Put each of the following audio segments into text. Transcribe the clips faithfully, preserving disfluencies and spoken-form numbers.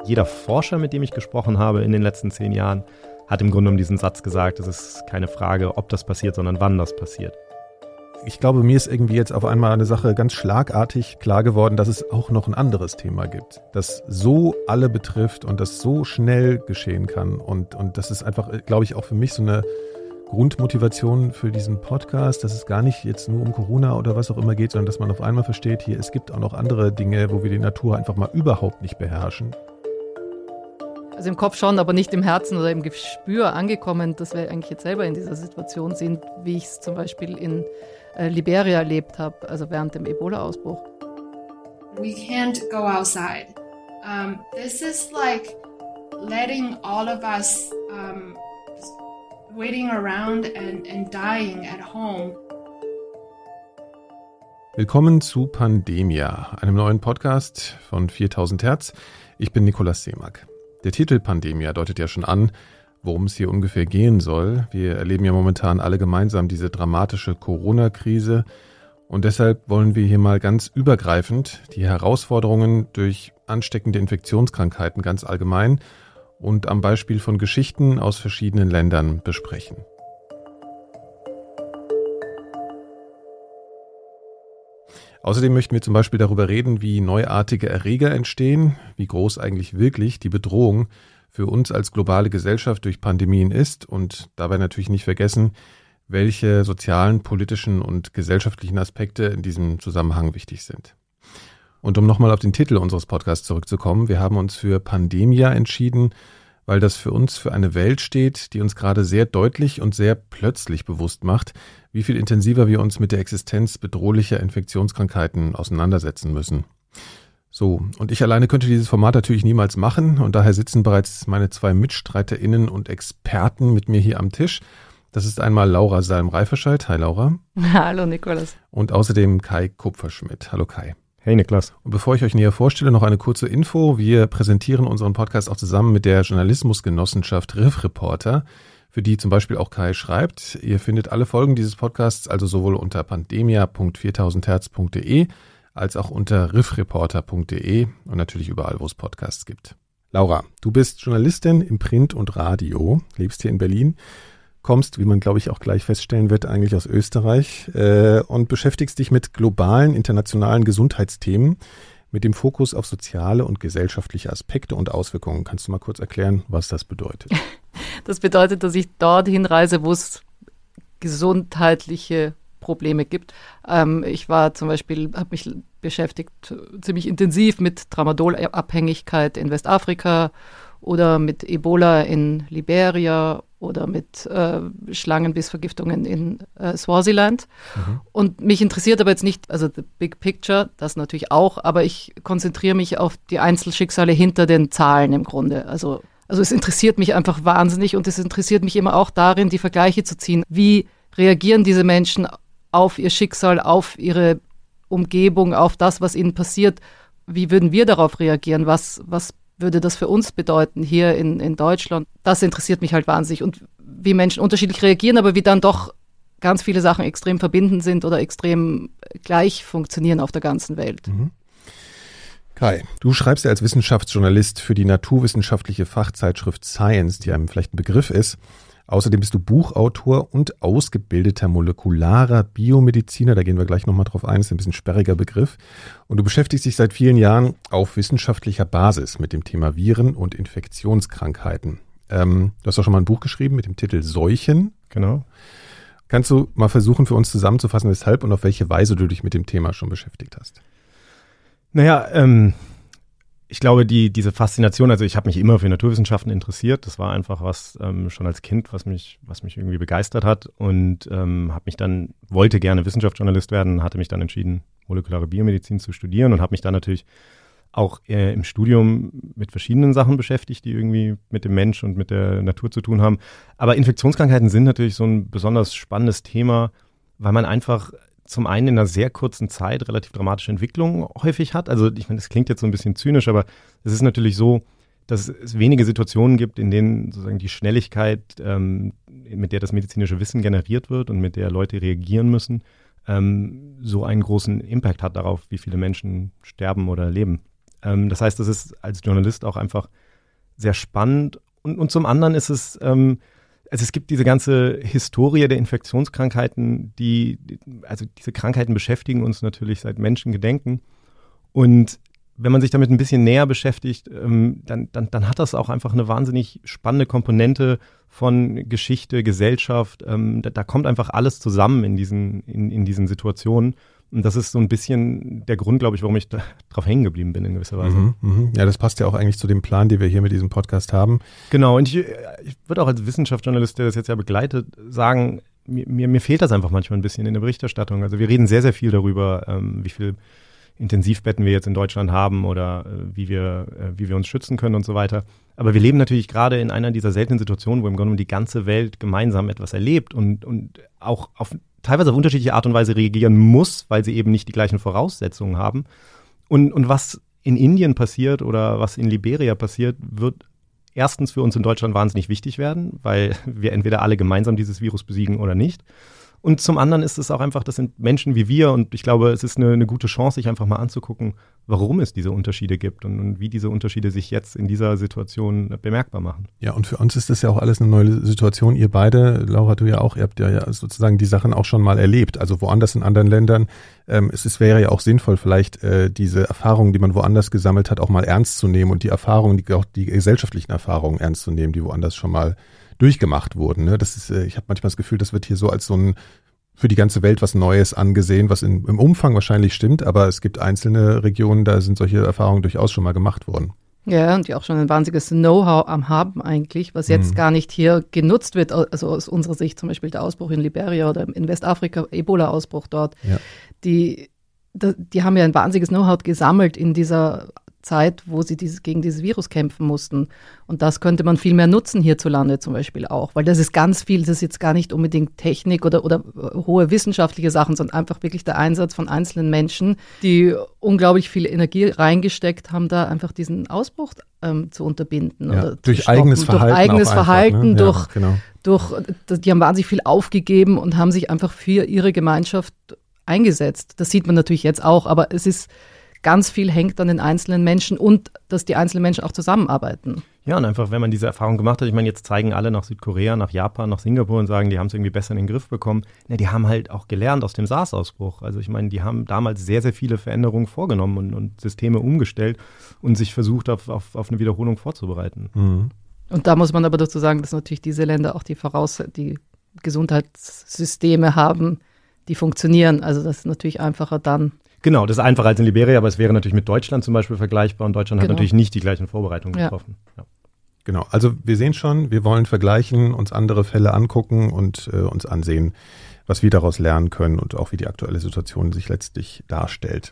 Jeder Forscher, mit dem ich gesprochen habe in den letzten zehn Jahren, hat im Grunde um diesen Satz gesagt, es ist keine Frage, ob das passiert, sondern wann das passiert. Ich glaube, mir ist irgendwie jetzt auf einmal eine Sache ganz schlagartig klar geworden, dass es auch noch ein anderes Thema gibt, das so alle betrifft und das so schnell geschehen kann. Und, und das ist einfach, glaube ich, auch für mich so eine Grundmotivation für diesen Podcast, dass es gar nicht jetzt nur um Corona oder was auch immer geht, sondern dass man auf einmal versteht, hier, es gibt auch noch andere Dinge, wo wir die Natur einfach mal überhaupt nicht beherrschen. Also im Kopf schon, aber nicht im Herzen oder im Gespür angekommen, dass wir eigentlich jetzt selber in dieser Situation sind, wie ich es zum Beispiel in äh, Liberia erlebt habe, also während dem Ebola-Ausbruch. We can't go outside. Um, this is like letting all of us um, waiting around and, and dying at home. Willkommen zu Pandemia, einem neuen Podcast von viertausend Hertz. Ich bin Nikolaus Seemack. Der Titel Pandemia deutet ja schon an, worum es hier ungefähr gehen soll. Wir erleben ja momentan alle gemeinsam diese dramatische Corona-Krise und deshalb wollen wir hier mal ganz übergreifend die Herausforderungen durch ansteckende Infektionskrankheiten ganz allgemein und am Beispiel von Geschichten aus verschiedenen Ländern besprechen. Außerdem möchten wir zum Beispiel darüber reden, wie neuartige Erreger entstehen, wie groß eigentlich wirklich die Bedrohung für uns als globale Gesellschaft durch Pandemien ist und dabei natürlich nicht vergessen, welche sozialen, politischen und gesellschaftlichen Aspekte in diesem Zusammenhang wichtig sind. Und um nochmal auf den Titel unseres Podcasts zurückzukommen, wir haben uns für Pandemia entschieden, weil das für uns für eine Welt steht, die uns gerade sehr deutlich und sehr plötzlich bewusst macht, wie viel intensiver wir uns mit der Existenz bedrohlicher Infektionskrankheiten auseinandersetzen müssen. So, und ich alleine könnte dieses Format natürlich niemals machen und daher sitzen bereits meine zwei MitstreiterInnen und Experten mit mir hier am Tisch. Das ist einmal Laura Salm-Reiferscheid. Hi Laura. Hallo Nikolaus. Und außerdem Kai Kupferschmidt. Hallo Kai. Hey Niklas. Und bevor ich euch näher vorstelle, noch eine kurze Info. Wir präsentieren unseren Podcast auch zusammen mit der Journalismusgenossenschaft Riff Reporter, für die zum Beispiel auch Kai schreibt. Ihr findet alle Folgen dieses Podcasts also sowohl unter pandemia punkt viertausend hertz punkt de als auch unter riffreporter punkt de und natürlich überall, wo es Podcasts gibt. Laura, du bist Journalistin im Print und Radio, lebst hier in Berlin, kommst, wie man glaube ich auch gleich feststellen wird, eigentlich aus Österreich äh, und beschäftigst dich mit globalen, internationalen Gesundheitsthemen mit dem Fokus auf soziale und gesellschaftliche Aspekte und Auswirkungen. Kannst du mal kurz erklären, was das bedeutet? Das bedeutet, dass ich dorthin reise, wo es gesundheitliche Probleme gibt. Ähm, ich war zum Beispiel, habe mich beschäftigt ziemlich intensiv mit Tramadol-Abhängigkeit in Westafrika oder mit Ebola in Liberia oder mit äh, Schlangenbissvergiftungen in äh, Swaziland. Mhm. Und mich interessiert aber jetzt nicht, also the big picture, das natürlich auch, aber ich konzentriere mich auf die Einzelschicksale hinter den Zahlen im Grunde. Also, also es interessiert mich einfach wahnsinnig und es interessiert mich immer auch darin, die Vergleiche zu ziehen. Wie reagieren diese Menschen auf ihr Schicksal, auf ihre Umgebung, auf das, was ihnen passiert? Wie würden wir darauf reagieren? Was, was würde das für uns bedeuten hier in, in Deutschland? Das interessiert mich halt wahnsinnig. Und wie Menschen unterschiedlich reagieren, aber wie dann doch ganz viele Sachen extrem verbindend sind oder extrem gleich funktionieren auf der ganzen Welt. Mhm. Kai, du schreibst ja als Wissenschaftsjournalist für die naturwissenschaftliche Fachzeitschrift Science, die einem vielleicht ein Begriff ist. Außerdem bist du Buchautor und ausgebildeter molekularer Biomediziner. Da gehen wir gleich nochmal drauf ein, das ist ein bisschen sperriger Begriff. Und du beschäftigst dich seit vielen Jahren auf wissenschaftlicher Basis mit dem Thema Viren und Infektionskrankheiten. Ähm, du hast auch schon mal ein Buch geschrieben mit dem Titel Seuchen. Genau. Kannst du mal versuchen, für uns zusammenzufassen, weshalb und auf welche Weise du dich mit dem Thema schon beschäftigt hast? Naja, ähm... Ich glaube, die diese Faszination, also ich habe mich immer für Naturwissenschaften interessiert. Das war einfach was ähm, schon als Kind, was mich was mich irgendwie begeistert hat und ähm, habe mich dann wollte gerne Wissenschaftsjournalist werden, hatte mich dann entschieden, molekulare Biomedizin zu studieren und habe mich dann natürlich auch äh, im Studium mit verschiedenen Sachen beschäftigt, die irgendwie mit dem Mensch und mit der Natur zu tun haben. Aber Infektionskrankheiten sind natürlich so ein besonders spannendes Thema, weil man einfach zum einen in einer sehr kurzen Zeit relativ dramatische Entwicklungen häufig hat. Also ich meine, das klingt jetzt so ein bisschen zynisch, aber es ist natürlich so, dass es wenige Situationen gibt, in denen sozusagen die Schnelligkeit, ähm, mit der das medizinische Wissen generiert wird und mit der Leute reagieren müssen, ähm, so einen großen Impact hat darauf, wie viele Menschen sterben oder leben. Ähm, das heißt, das ist als Journalist auch einfach sehr spannend. Und, und zum anderen ist es, ähm, also es gibt diese ganze Historie der Infektionskrankheiten, die, also diese Krankheiten beschäftigen uns natürlich seit Menschengedenken. Und wenn man sich damit ein bisschen näher beschäftigt, ähm, dann, dann, dann hat das auch einfach eine wahnsinnig spannende Komponente von Geschichte, Gesellschaft. Ähm, da, da kommt einfach alles zusammen in diesen, in, in diesen Situationen. Und das ist so ein bisschen der Grund, glaube ich, warum ich da drauf hängen geblieben bin in gewisser Weise. Mhm, mh. Ja, das passt ja auch eigentlich zu dem Plan, den wir hier mit diesem Podcast haben. Genau, und ich, ich würde auch als Wissenschaftsjournalist, der das jetzt ja begleitet, sagen, mir, mir, mir fehlt das einfach manchmal ein bisschen in der Berichterstattung. Also wir reden sehr, sehr viel darüber, ähm, wie viel Intensivbetten wir jetzt in Deutschland haben oder äh, wie wir, äh, wie wir uns schützen können und so weiter. Aber wir leben natürlich gerade in einer dieser seltenen Situationen, wo im Grunde die ganze Welt gemeinsam etwas erlebt und, und auch auf teilweise auf unterschiedliche Art und Weise reagieren muss, weil sie eben nicht die gleichen Voraussetzungen haben. Und, und was in Indien passiert oder was in Liberia passiert, wird erstens für uns in Deutschland wahnsinnig wichtig werden, weil wir entweder alle gemeinsam dieses Virus besiegen oder nicht. Und zum anderen ist es auch einfach, das sind Menschen wie wir und ich glaube, es ist eine, eine gute Chance, sich einfach mal anzugucken, warum es diese Unterschiede gibt und, und wie diese Unterschiede sich jetzt in dieser Situation bemerkbar machen. Ja, und für uns ist das ja auch alles eine neue Situation. Ihr beide, Laura, du ja auch, ihr habt ja sozusagen die Sachen auch schon mal erlebt, also woanders in anderen Ländern. Ähm, es ist, wäre ja auch sinnvoll, vielleicht äh, diese Erfahrungen, die man woanders gesammelt hat, auch mal ernst zu nehmen und die Erfahrungen, die, auch die gesellschaftlichen Erfahrungen ernst zu nehmen, die woanders schon mal durchgemacht wurden. Ne? Das ist, ich habe manchmal das Gefühl, das wird hier so als so ein für die ganze Welt was Neues angesehen, was in, im Umfang wahrscheinlich stimmt, aber es gibt einzelne Regionen, da sind solche Erfahrungen durchaus schon mal gemacht worden. Ja, und die auch schon ein wahnsinniges Know-how am haben eigentlich, was jetzt mhm. gar nicht hier genutzt wird, also aus unserer Sicht zum Beispiel der Ausbruch in Liberia oder in Westafrika, Ebola-Ausbruch dort. Ja. Die, die haben ja ein wahnsinniges Know-how gesammelt in dieser Zeit, wo sie dieses, gegen dieses Virus kämpfen mussten. Und das könnte man viel mehr nutzen hierzulande zum Beispiel auch, weil das ist ganz viel, das ist jetzt gar nicht unbedingt Technik oder, oder hohe wissenschaftliche Sachen, sondern einfach wirklich der Einsatz von einzelnen Menschen, die unglaublich viel Energie reingesteckt haben, da einfach diesen Ausbruch ähm, zu unterbinden. Ja, oder durch zu eigenes Verhalten. Durch eigenes Verhalten, einfach, ne? durch, ja, genau. durch, die haben wahnsinnig viel aufgegeben und haben sich einfach für ihre Gemeinschaft eingesetzt. Das sieht man natürlich jetzt auch, aber es ist ganz viel hängt an den einzelnen Menschen und dass die einzelnen Menschen auch zusammenarbeiten. Ja, und einfach, wenn man diese Erfahrung gemacht hat, ich meine, jetzt zeigen alle nach Südkorea, nach Japan, nach Singapur und sagen, die haben es irgendwie besser in den Griff bekommen. Ja, die haben halt auch gelernt aus dem SARS-Ausbruch. Also ich meine, die haben damals sehr, sehr viele Veränderungen vorgenommen und, und Systeme umgestellt und sich versucht, auf, auf, auf eine Wiederholung vorzubereiten. Mhm. Und da muss man aber dazu sagen, dass natürlich diese Länder auch die Voraus- die Gesundheitssysteme haben, die funktionieren. Also das ist natürlich einfacher dann. Genau, das ist einfacher als in Liberia, aber es wäre natürlich mit Deutschland zum Beispiel vergleichbar und Deutschland genau. hat natürlich nicht die gleichen Vorbereitungen ja. getroffen. Ja. Genau, also wir sehen schon, wir wollen vergleichen, uns andere Fälle angucken und äh, uns ansehen, was wir daraus lernen können und auch wie die aktuelle Situation sich letztlich darstellt.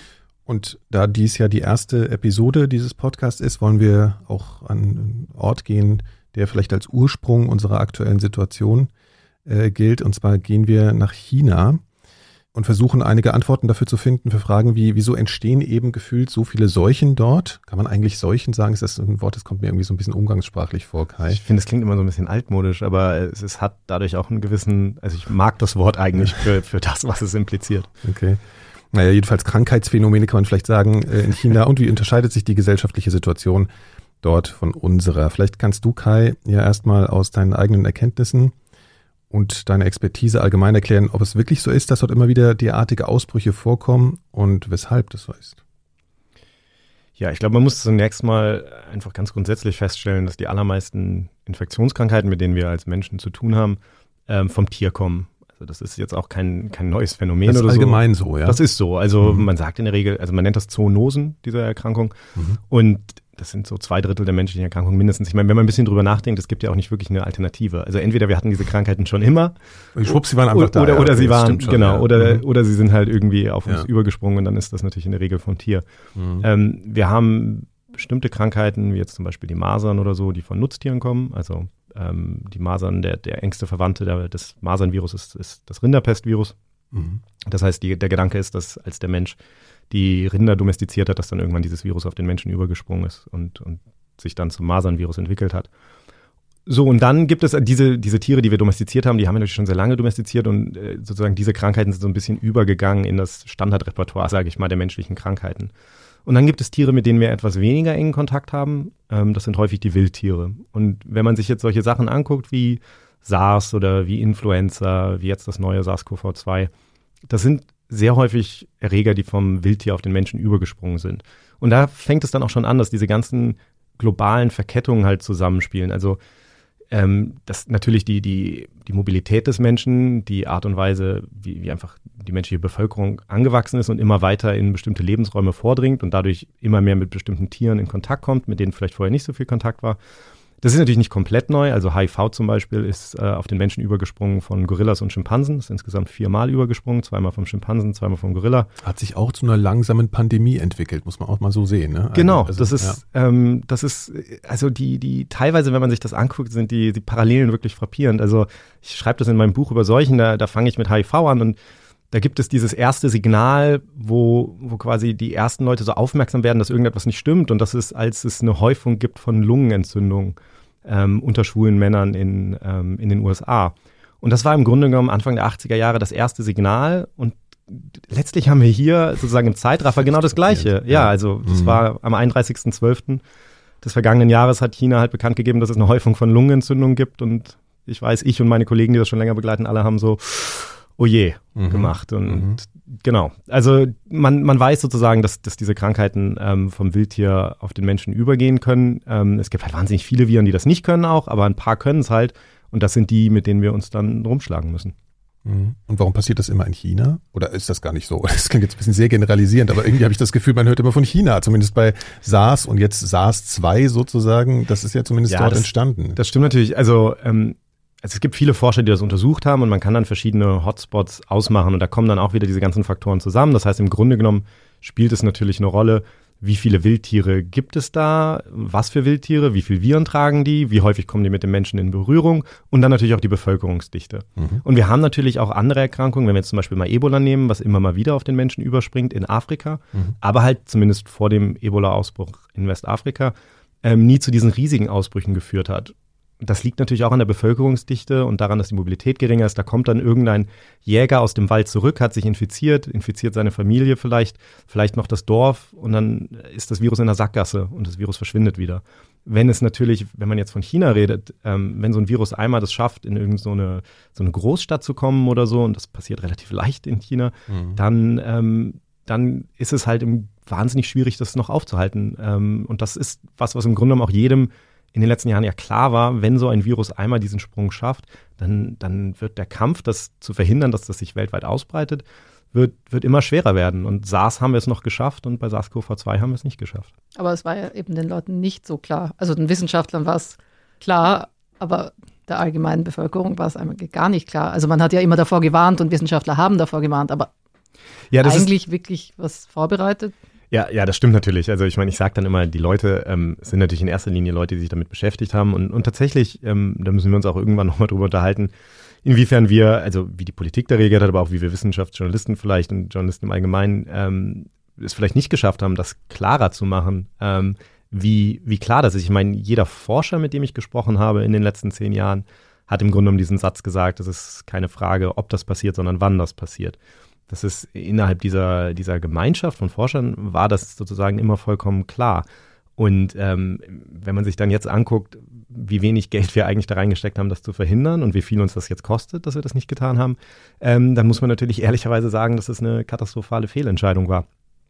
Und da dies ja die erste Episode dieses Podcasts ist, wollen wir auch an einen Ort gehen, der vielleicht als Ursprung unserer aktuellen Situation äh, gilt. Und zwar gehen wir nach China und versuchen einige Antworten dafür zu finden für Fragen wie, wieso entstehen eben gefühlt so viele Seuchen dort? Kann man eigentlich Seuchen sagen? Ist das ein Wort, das kommt mir irgendwie so ein bisschen umgangssprachlich vor, Kai? Ich finde, es klingt immer so ein bisschen altmodisch, aber es, es hat dadurch auch einen gewissen, also ich mag das Wort eigentlich für, für das, was es impliziert. Okay. Naja, jedenfalls Krankheitsphänomene kann man vielleicht sagen in China. Und wie unterscheidet sich die gesellschaftliche Situation dort von unserer? Vielleicht kannst du, Kai, ja erstmal aus deinen eigenen Erkenntnissen und deine Expertise allgemein erklären, ob es wirklich so ist, dass dort immer wieder derartige Ausbrüche vorkommen und weshalb das so ist. Ja, ich glaube, man muss zunächst mal einfach ganz grundsätzlich feststellen, dass die allermeisten Infektionskrankheiten, mit denen wir als Menschen zu tun haben, ähm, vom Tier kommen. Also das ist jetzt auch kein, kein neues Phänomen oder so. Das ist allgemein so, ja? Das ist so. Also mhm. man sagt in der Regel, also man nennt das Zoonosen, diese Erkrankung. Mhm. Und das sind so zwei Drittel der menschlichen Erkrankungen mindestens. Ich meine, wenn man ein bisschen drüber nachdenkt, es gibt ja auch nicht wirklich eine Alternative. Also entweder wir hatten diese Krankheiten schon immer. Und schwupps, sie waren einfach da. Oder, ja, oder okay, sie waren, schon, genau, ja. oder, mhm. oder sie sind halt irgendwie auf uns ja. übergesprungen und dann ist das natürlich in der Regel vom Tier. Mhm. Ähm, wir haben bestimmte Krankheiten, wie jetzt zum Beispiel die Masern oder so, die von Nutztieren kommen. Also ähm, die Masern, der, der engste Verwandte der, des Masernvirus ist, ist das Rinderpestvirus. Mhm. Das heißt, die, der Gedanke ist, dass als der Mensch die Rinder domestiziert hat, dass dann irgendwann dieses Virus auf den Menschen übergesprungen ist und, und sich dann zum Masernvirus entwickelt hat. So, und dann gibt es diese, diese Tiere, die wir domestiziert haben, die haben wir natürlich schon sehr lange domestiziert und äh, sozusagen diese Krankheiten sind so ein bisschen übergegangen in das Standardrepertoire, sage ich mal, der menschlichen Krankheiten. Und dann gibt es Tiere, mit denen wir etwas weniger engen Kontakt haben. Ähm, das sind häufig die Wildtiere. Und wenn man sich jetzt solche Sachen anguckt wie SARS oder wie Influenza, wie jetzt das neue SARS-C o V zwei, das sind sehr häufig Erreger, die vom Wildtier auf den Menschen übergesprungen sind. Und da fängt es dann auch schon an, dass diese ganzen globalen Verkettungen halt zusammenspielen. Also ähm, dass natürlich die, die, die Mobilität des Menschen, die Art und Weise, wie, wie einfach die menschliche Bevölkerung angewachsen ist und immer weiter in bestimmte Lebensräume vordringt und dadurch immer mehr mit bestimmten Tieren in Kontakt kommt, mit denen vielleicht vorher nicht so viel Kontakt war. Das ist natürlich nicht komplett neu. Also H I V zum Beispiel ist äh, auf den Menschen übergesprungen von Gorillas und Schimpansen. Das ist insgesamt viermal übergesprungen, zweimal vom Schimpansen, zweimal vom Gorilla. Hat sich auch zu einer langsamen Pandemie entwickelt, muss man auch mal so sehen. Ne? Genau, also, das ist, ja. ähm, das ist, also die, die teilweise, wenn man sich das anguckt, sind die, die Parallelen wirklich frappierend. Also ich schreibe das in meinem Buch über Seuchen, da, da fange ich mit H I V an und da gibt es dieses erste Signal, wo, wo quasi die ersten Leute so aufmerksam werden, dass irgendetwas nicht stimmt. Und das ist, als es eine Häufung gibt von Lungenentzündungen ähm, unter schwulen Männern in, ähm, in den U S A. Und das war im Grunde genommen Anfang der achtziger Jahre das erste Signal. Und letztlich haben wir hier sozusagen im Zeitraffer genau das Gleiche. Ja, also das mhm. war am einunddreißigsten zwölften des vergangenen Jahres hat China halt bekannt gegeben, dass es eine Häufung von Lungenentzündungen gibt. Und ich weiß, ich und meine Kollegen, die das schon länger begleiten, alle haben so oh je, mhm. gemacht. Und mhm. genau, also man, man weiß sozusagen, dass, dass diese Krankheiten ähm, vom Wildtier auf den Menschen übergehen können. Ähm, es gibt halt wahnsinnig viele Viren, die das nicht können auch, aber ein paar können es halt. Und das sind die, mit denen wir uns dann rumschlagen müssen. Mhm. Und warum passiert das immer in China? Oder ist das gar nicht so? Das klingt jetzt ein bisschen sehr generalisierend, aber irgendwie habe ich das Gefühl, man hört immer von China, zumindest bei SARS und jetzt SARS zwei sozusagen. Das ist ja zumindest ja, dort das, entstanden. Also das stimmt natürlich. Also ähm, Also es gibt viele Forscher, die das untersucht haben und man kann dann verschiedene Hotspots ausmachen und da kommen dann auch wieder diese ganzen Faktoren zusammen. Das heißt, im Grunde genommen spielt es natürlich eine Rolle, wie viele Wildtiere gibt es da, was für Wildtiere, wie viel Viren tragen die, wie häufig kommen die mit den Menschen in Berührung und dann natürlich auch die Bevölkerungsdichte. Mhm. Und wir haben natürlich auch andere Erkrankungen, wenn wir jetzt zum Beispiel mal Ebola nehmen, was immer mal wieder auf den Menschen überspringt in Afrika, mhm. aber halt zumindest vor dem Ebola-Ausbruch in Westafrika ähm, nie zu diesen riesigen Ausbrüchen geführt hat. Das liegt natürlich auch an der Bevölkerungsdichte und daran, dass die Mobilität geringer ist. Da kommt dann irgendein Jäger aus dem Wald zurück, hat sich infiziert, infiziert seine Familie vielleicht, vielleicht noch das Dorf und dann ist das Virus in der Sackgasse und das Virus verschwindet wieder. Wenn es natürlich, wenn man jetzt von China redet, ähm, wenn so ein Virus einmal das schafft, in irgendeine so eine, so eine Großstadt zu kommen oder so, und das passiert relativ leicht in China, mhm. dann, ähm, dann ist es halt im, wahnsinnig schwierig, das noch aufzuhalten. Ähm, und das ist was, was im Grunde genommen auch jedem in den letzten Jahren ja klar war, wenn so ein Virus einmal diesen Sprung schafft, dann, dann wird der Kampf, das zu verhindern, dass das sich weltweit ausbreitet, wird, wird immer schwerer werden. Und SARS haben wir es noch geschafft und bei SARS-C o V zwei haben wir es nicht geschafft. Aber es war ja eben den Leuten nicht so klar. Also den Wissenschaftlern war es klar, aber der allgemeinen Bevölkerung war es einmal gar nicht klar. Also man hat ja immer davor gewarnt und Wissenschaftler haben davor gewarnt, aber ja, das eigentlich ist wirklich was vorbereitet. Ja, ja, das stimmt natürlich. Also ich meine, ich sage dann immer, die Leute ähm, sind natürlich in erster Linie Leute, die sich damit beschäftigt haben. Und, und tatsächlich, ähm, da müssen wir uns auch irgendwann nochmal drüber unterhalten, inwiefern wir, also wie die Politik da reagiert hat, aber auch wie wir Wissenschaftsjournalisten vielleicht und Journalisten im Allgemeinen ähm, es vielleicht nicht geschafft haben, das klarer zu machen, ähm, wie, wie klar das ist. Ich meine, jeder Forscher, mit dem ich gesprochen habe in den letzten zehn Jahren, hat im Grunde genommen diesen Satz gesagt, es ist keine Frage, ob das passiert, sondern wann das passiert. Das ist innerhalb dieser, dieser Gemeinschaft von Forschern war das sozusagen immer vollkommen klar. Und ähm, wenn man sich dann jetzt anguckt, wie wenig Geld wir eigentlich da reingesteckt haben, das zu verhindern und wie viel uns das jetzt kostet, dass wir das nicht getan haben, ähm, dann muss man natürlich ehrlicherweise sagen, dass es eine katastrophale Fehlentscheidung war.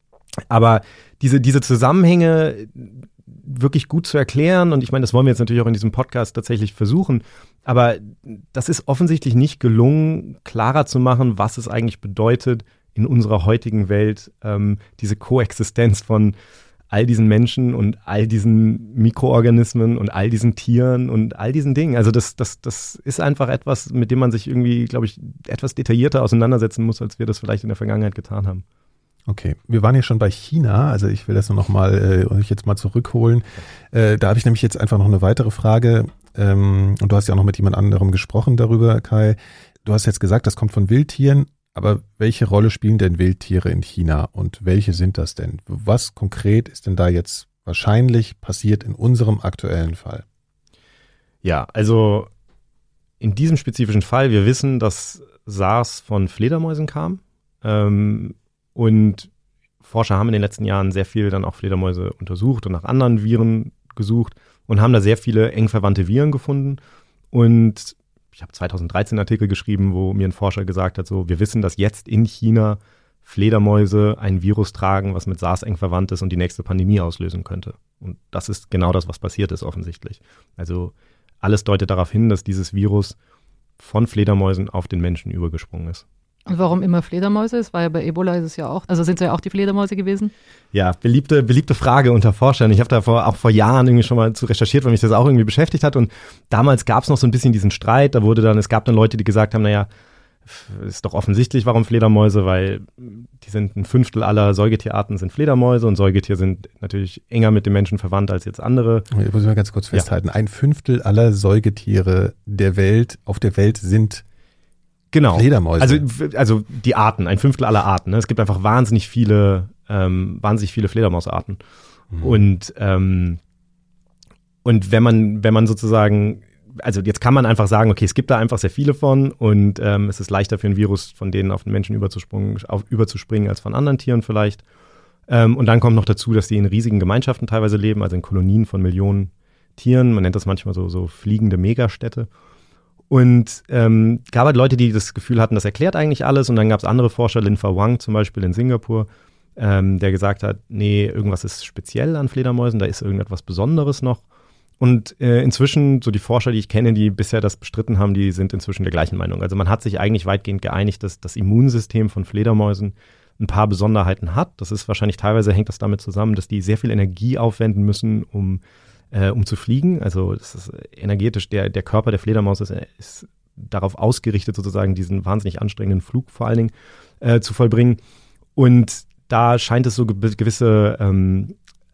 Aber diese, diese Zusammenhänge wirklich gut zu erklären, und ich meine, das wollen wir jetzt natürlich auch in diesem Podcast tatsächlich versuchen, aber das ist offensichtlich nicht gelungen, klarer zu machen, was es eigentlich bedeutet, in unserer heutigen Welt ähm, diese Koexistenz von all diesen Menschen und all diesen Mikroorganismen und all diesen Tieren und all diesen Dingen. Also das, das, das ist einfach etwas, mit dem man sich irgendwie, glaube ich, etwas detaillierter auseinandersetzen muss, als wir das vielleicht in der Vergangenheit getan haben. Okay, wir waren ja schon bei China, also ich will das nur noch mal äh, euch jetzt mal zurückholen. Äh, da habe ich nämlich jetzt einfach noch eine weitere Frage. Ähm, und du hast ja auch noch mit jemand anderem gesprochen darüber, Kai. Du hast jetzt gesagt, das kommt von Wildtieren, aber welche Rolle spielen denn Wildtiere in China und welche sind das denn? Was konkret ist denn da jetzt wahrscheinlich passiert in unserem aktuellen Fall? Ja, also in diesem spezifischen Fall, wir wissen, dass SARS von Fledermäusen kam. Ähm, Und Forscher haben in den letzten Jahren sehr viel dann auch Fledermäuse untersucht und nach anderen Viren gesucht und haben da sehr viele eng verwandte Viren gefunden. Und ich habe zweitausenddreizehn einen Artikel geschrieben, wo mir ein Forscher gesagt hat, so, wir wissen, dass jetzt in China Fledermäuse ein Virus tragen, was mit SARS eng verwandt ist und die nächste Pandemie auslösen könnte. Und das ist genau das, was passiert ist offensichtlich. Also alles deutet darauf hin, dass dieses Virus von Fledermäusen auf den Menschen übergesprungen ist. Und warum immer Fledermäuse? Es war ja bei Ebola ist es ja auch, also sind es ja auch die Fledermäuse gewesen? Ja, beliebte, beliebte Frage unter Forschern. Ich habe da vor, auch vor Jahren irgendwie schon mal zu recherchiert, weil mich das auch irgendwie beschäftigt hat. Und damals gab es noch so ein bisschen diesen Streit. Da wurde dann, es gab dann Leute, die gesagt haben, naja, ist doch offensichtlich, warum Fledermäuse, weil die sind ein Fünftel aller Säugetierarten sind Fledermäuse und Säugetiere sind natürlich enger mit dem Menschen verwandt als jetzt andere. Ich muss mal ganz kurz festhalten. Ja. Ein Fünftel aller Säugetiere der Welt, auf der Welt sind Genau. Fledermäuse. Also, also die Arten, ein Fünftel aller Arten. Ne? Es gibt einfach wahnsinnig viele, ähm, wahnsinnig viele Fledermausarten. Mhm. Und, ähm, und wenn man, wenn man sozusagen, also jetzt kann man einfach sagen, okay, es gibt da einfach sehr viele von und ähm, es ist leichter für ein Virus von denen auf den Menschen überzuspringen, auf, überzuspringen als von anderen Tieren vielleicht. Ähm, und dann kommt noch dazu, dass die in riesigen Gemeinschaften teilweise leben, also in Kolonien von Millionen Tieren. Man nennt das manchmal so, so fliegende Megastädte. Und ähm, gab halt Leute, die das Gefühl hatten, das erklärt eigentlich alles. Und dann gab es andere Forscher, Lin-Fa Wang zum Beispiel in Singapur, ähm, der gesagt hat, nee, irgendwas ist speziell an Fledermäusen, da ist irgendetwas Besonderes noch. Und äh, inzwischen, so die Forscher, die ich kenne, die bisher das bestritten haben, die sind inzwischen der gleichen Meinung. Also man hat sich eigentlich weitgehend geeinigt, dass das Immunsystem von Fledermäusen ein paar Besonderheiten hat. Das ist wahrscheinlich, teilweise hängt das damit zusammen, dass die sehr viel Energie aufwenden müssen, um Äh, um zu fliegen. Also das ist energetisch, der, der Körper der Fledermaus ist, ist darauf ausgerichtet, sozusagen diesen wahnsinnig anstrengenden Flug vor allen Dingen äh, zu vollbringen. Und da scheint es so ge- gewisse ähm,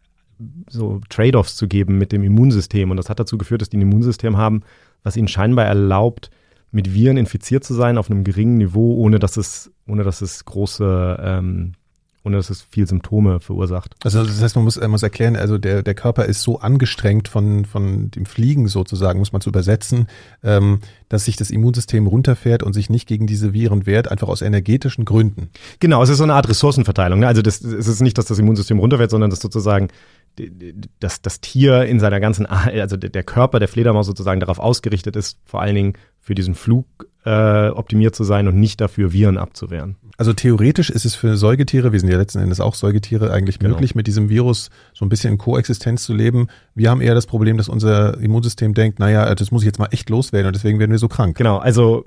so Trade-offs zu geben mit dem Immunsystem. Und das hat dazu geführt, dass die ein Immunsystem haben, was ihnen scheinbar erlaubt, mit Viren infiziert zu sein auf einem geringen Niveau, ohne dass es, ohne dass es große ähm, ohne dass es viel Symptome verursacht. Also das heißt, man muss, man muss erklären, also der, der Körper ist so angestrengt von, von dem Fliegen sozusagen, muss man zu übersetzen, ähm, dass sich das Immunsystem runterfährt und sich nicht gegen diese Viren wehrt, einfach aus energetischen Gründen. Genau, es ist so eine Art Ressourcenverteilung. Ne? Also das, es ist nicht, dass das Immunsystem runterfährt, sondern dass sozusagen dass das Tier in seiner ganzen, also der Körper der Fledermaus sozusagen darauf ausgerichtet ist, vor allen Dingen für diesen Flug äh, optimiert zu sein und nicht dafür, Viren abzuwehren. Also theoretisch ist es für Säugetiere, wir sind ja letzten Endes auch Säugetiere, eigentlich genau. möglich, mit diesem Virus so ein bisschen in Koexistenz zu leben. Wir haben eher das Problem, dass unser Immunsystem denkt, naja, das muss ich jetzt mal echt loswerden und deswegen werden wir so krank. Genau, also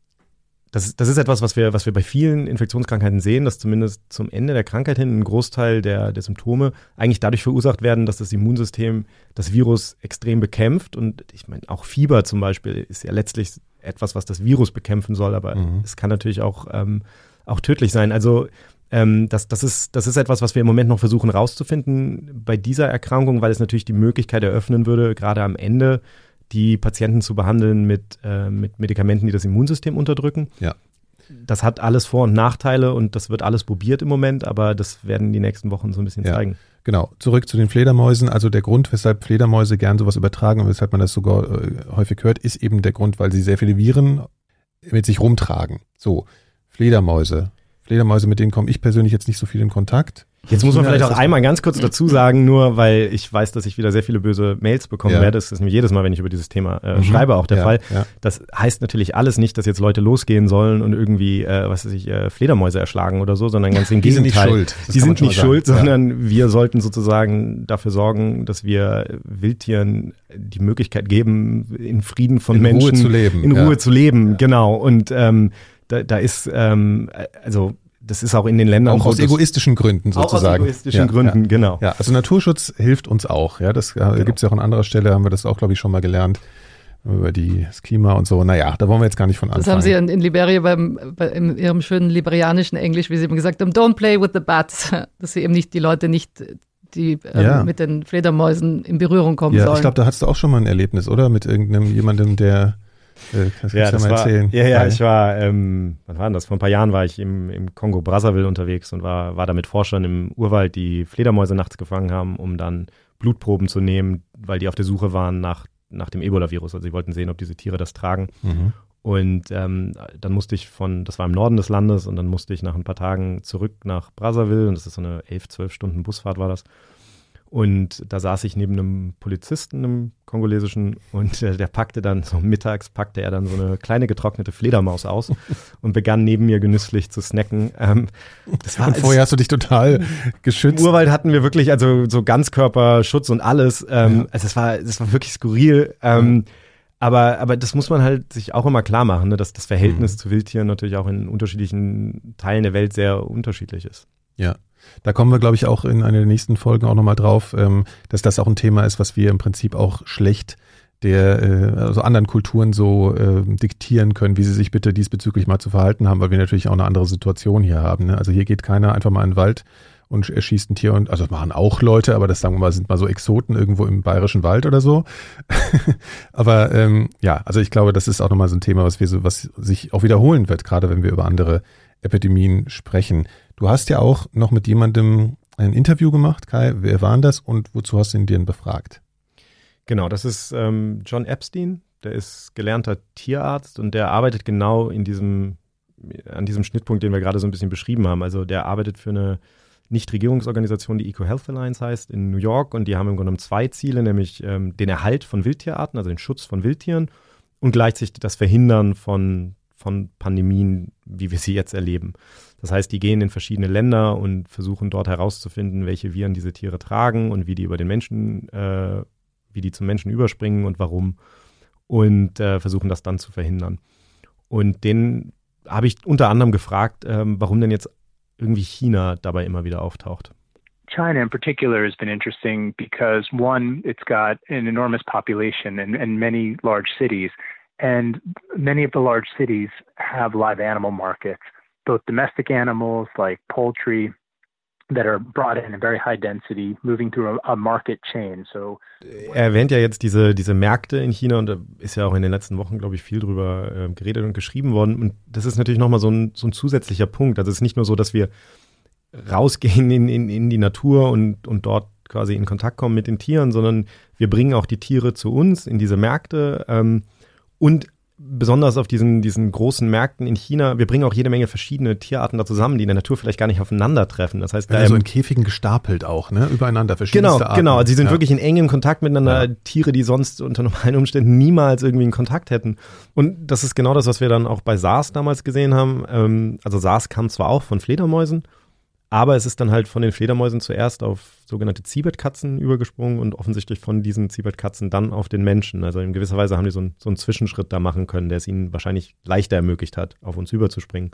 Das, das ist etwas, was wir, was wir bei vielen Infektionskrankheiten sehen, dass zumindest zum Ende der Krankheit hin ein Großteil der, der Symptome eigentlich dadurch verursacht werden, dass das Immunsystem das Virus extrem bekämpft. Und ich meine, auch Fieber zum Beispiel ist ja letztlich etwas, was das Virus bekämpfen soll, aber mhm. es kann natürlich auch, ähm, auch tödlich sein. Also ähm, das, das, ist, das ist etwas, was wir im Moment noch versuchen rauszufinden bei dieser Erkrankung, weil es natürlich die Möglichkeit eröffnen würde, gerade am Ende die Patienten zu behandeln mit, äh, mit Medikamenten, die das Immunsystem unterdrücken. Ja. Das hat alles Vor- und Nachteile und das wird alles probiert im Moment, aber das werden die nächsten Wochen so ein bisschen ja. zeigen. Genau, zurück zu den Fledermäusen. Also der Grund, weshalb Fledermäuse gern sowas übertragen und weshalb man das sogar äh, häufig hört, ist eben der Grund, weil sie sehr viele Viren mit sich rumtragen. So, Fledermäuse. Fledermäuse, mit denen komme ich persönlich jetzt nicht so viel in Kontakt. Jetzt muss man vielleicht auch einmal ganz kurz dazu sagen, nur weil ich weiß, dass ich wieder sehr viele böse Mails bekommen ja. werde. Das ist mir jedes Mal, wenn ich über dieses Thema äh, mhm. schreibe, auch der ja, Fall. Ja. Das heißt natürlich alles nicht, dass jetzt Leute losgehen sollen und irgendwie, äh, was weiß ich, äh, Fledermäuse erschlagen oder so, sondern ganz im Die Gegenteil. Sind nicht schuld. Das Die sind nicht schuld, sagen. sondern ja. wir sollten sozusagen dafür sorgen, dass wir Wildtieren die Möglichkeit geben, in Frieden von in Menschen Ruhe zu leben. in ja. Ruhe zu leben. Ja. Genau. Und ähm, da, da ist, ähm, also das ist auch in den Ländern. Auch aus egoistischen Gründen sozusagen. Auch aus egoistischen ja, Gründen, ja. genau. Ja, also Naturschutz hilft uns auch. Ja, das genau. gibt es ja auch an anderer Stelle, haben wir das auch, glaube ich, schon mal gelernt. Über die, das Klima und so. Naja, da wollen wir jetzt gar nicht von anfangen. Das haben Sie in, in Liberia beim, bei, in Ihrem schönen liberianischen Englisch, wie Sie eben gesagt haben, don't play with the bats. Dass Sie eben nicht die Leute nicht, die ähm, ja. mit den Fledermäusen in Berührung kommen ja, sollen. Ich glaube, da hattest du auch schon mal ein Erlebnis, oder? Mit irgendeinem, jemandem, der Äh, kannst du ja, ja das mal war, erzählen? Ja, ja, ich war, ähm, wann war denn das? Vor ein paar Jahren war ich im, im Kongo-Brazzaville unterwegs und war, war da mit Forschern im Urwald, die Fledermäuse nachts gefangen haben, um dann Blutproben zu nehmen, weil die auf der Suche waren nach, nach dem Ebola-Virus. Also sie wollten sehen, ob diese Tiere das tragen. Mhm. Und ähm, dann musste ich von, das war im Norden des Landes, und dann musste ich nach ein paar Tagen zurück nach Brazzaville, und das ist so eine elf, zwölf Stunden Busfahrt war das. Und da saß ich neben einem Polizisten, einem kongolesischen, und äh, der packte dann, so mittags packte er dann so eine kleine getrocknete Fledermaus aus und begann neben mir genüsslich zu snacken. Ähm, das war, und vorher hast du dich total geschützt. Im Urwald hatten wir wirklich, also so Ganzkörperschutz und alles. Ähm, ja. Also es war, es war wirklich skurril. Ähm, ja. Aber, aber das muss man halt sich auch immer klar machen, ne, dass das Verhältnis mhm. zu Wildtieren natürlich auch in unterschiedlichen Teilen der Welt sehr unterschiedlich ist. Ja, da kommen wir, glaube ich, auch in einer der nächsten Folgen auch nochmal drauf, ähm, dass das auch ein Thema ist, was wir im Prinzip auch schlecht der äh, also anderen Kulturen so äh, diktieren können, wie sie sich bitte diesbezüglich mal zu verhalten haben, weil wir natürlich auch eine andere Situation hier haben. Ne? Also hier geht keiner einfach mal in den Wald und erschießt ein Tier, und also das machen auch Leute, aber das, sagen wir mal, sind mal so Exoten irgendwo im bayerischen Wald oder so. Aber ähm, ja, also ich glaube, das ist auch nochmal so ein Thema, was wir so, was sich auch wiederholen wird, gerade wenn wir über andere Epidemien sprechen. Du hast ja auch noch mit jemandem ein Interview gemacht, Kai. Wer war denn das und wozu hast du ihn denn befragt? Genau, das ist ähm, John Epstein. Der ist gelernter Tierarzt, und der arbeitet genau in diesem, an diesem Schnittpunkt, den wir gerade so ein bisschen beschrieben haben. Also der arbeitet für eine Nichtregierungsorganisation, die EcoHealth Alliance heißt, in New York, und die haben im Grunde genommen zwei Ziele, nämlich ähm, den Erhalt von Wildtierarten, also den Schutz von Wildtieren, und gleichzeitig das Verhindern von, von Pandemien, wie wir sie jetzt erleben. Das heißt, die gehen in verschiedene Länder und versuchen dort herauszufinden, welche Viren diese Tiere tragen und wie die über den Menschen, äh, wie die zum Menschen überspringen und warum, und äh, versuchen das dann zu verhindern. Und den habe ich unter anderem gefragt, ähm, warum denn jetzt irgendwie China dabei immer wieder auftaucht. China in particular has been interesting because, one, it's got an enormous population and, and many large cities, and many of the large cities have live animal markets, both domestic animals like poultry that are brought in in very high density, moving through a, a market chain. So er erwähnt ja jetzt diese, diese Märkte in China, und da ist ja auch in den letzten Wochen, glaube ich, viel drüber äh, geredet und geschrieben worden. Und das ist natürlich nochmal so ein, so ein zusätzlicher Punkt. Also es ist nicht nur so, dass wir rausgehen in, in, in die Natur und, und dort quasi in Kontakt kommen mit den Tieren, sondern wir bringen auch die Tiere zu uns in diese Märkte, ähm, und besonders auf diesen, diesen großen Märkten in China, wir bringen auch jede Menge verschiedene Tierarten da zusammen, die in der Natur vielleicht gar nicht aufeinandertreffen. Das heißt, ja, da, so in Käfigen gestapelt auch, ne, übereinander, verschiedenste genau, Arten. Genau, also sie sind ja. wirklich in engem Kontakt miteinander, ja. Tiere, die sonst unter normalen Umständen niemals irgendwie einen Kontakt hätten. Und das ist genau das, was wir dann auch bei SARS damals gesehen haben. Ähm, also SARS kam zwar auch von Fledermäusen, aber es ist dann halt von den Fledermäusen zuerst auf sogenannte Ziebertkatzen übergesprungen und offensichtlich von diesen Ziebertkatzen dann auf den Menschen. Also in gewisser Weise haben die so einen, so einen Zwischenschritt da machen können, der es ihnen wahrscheinlich leichter ermöglicht hat, auf uns überzuspringen.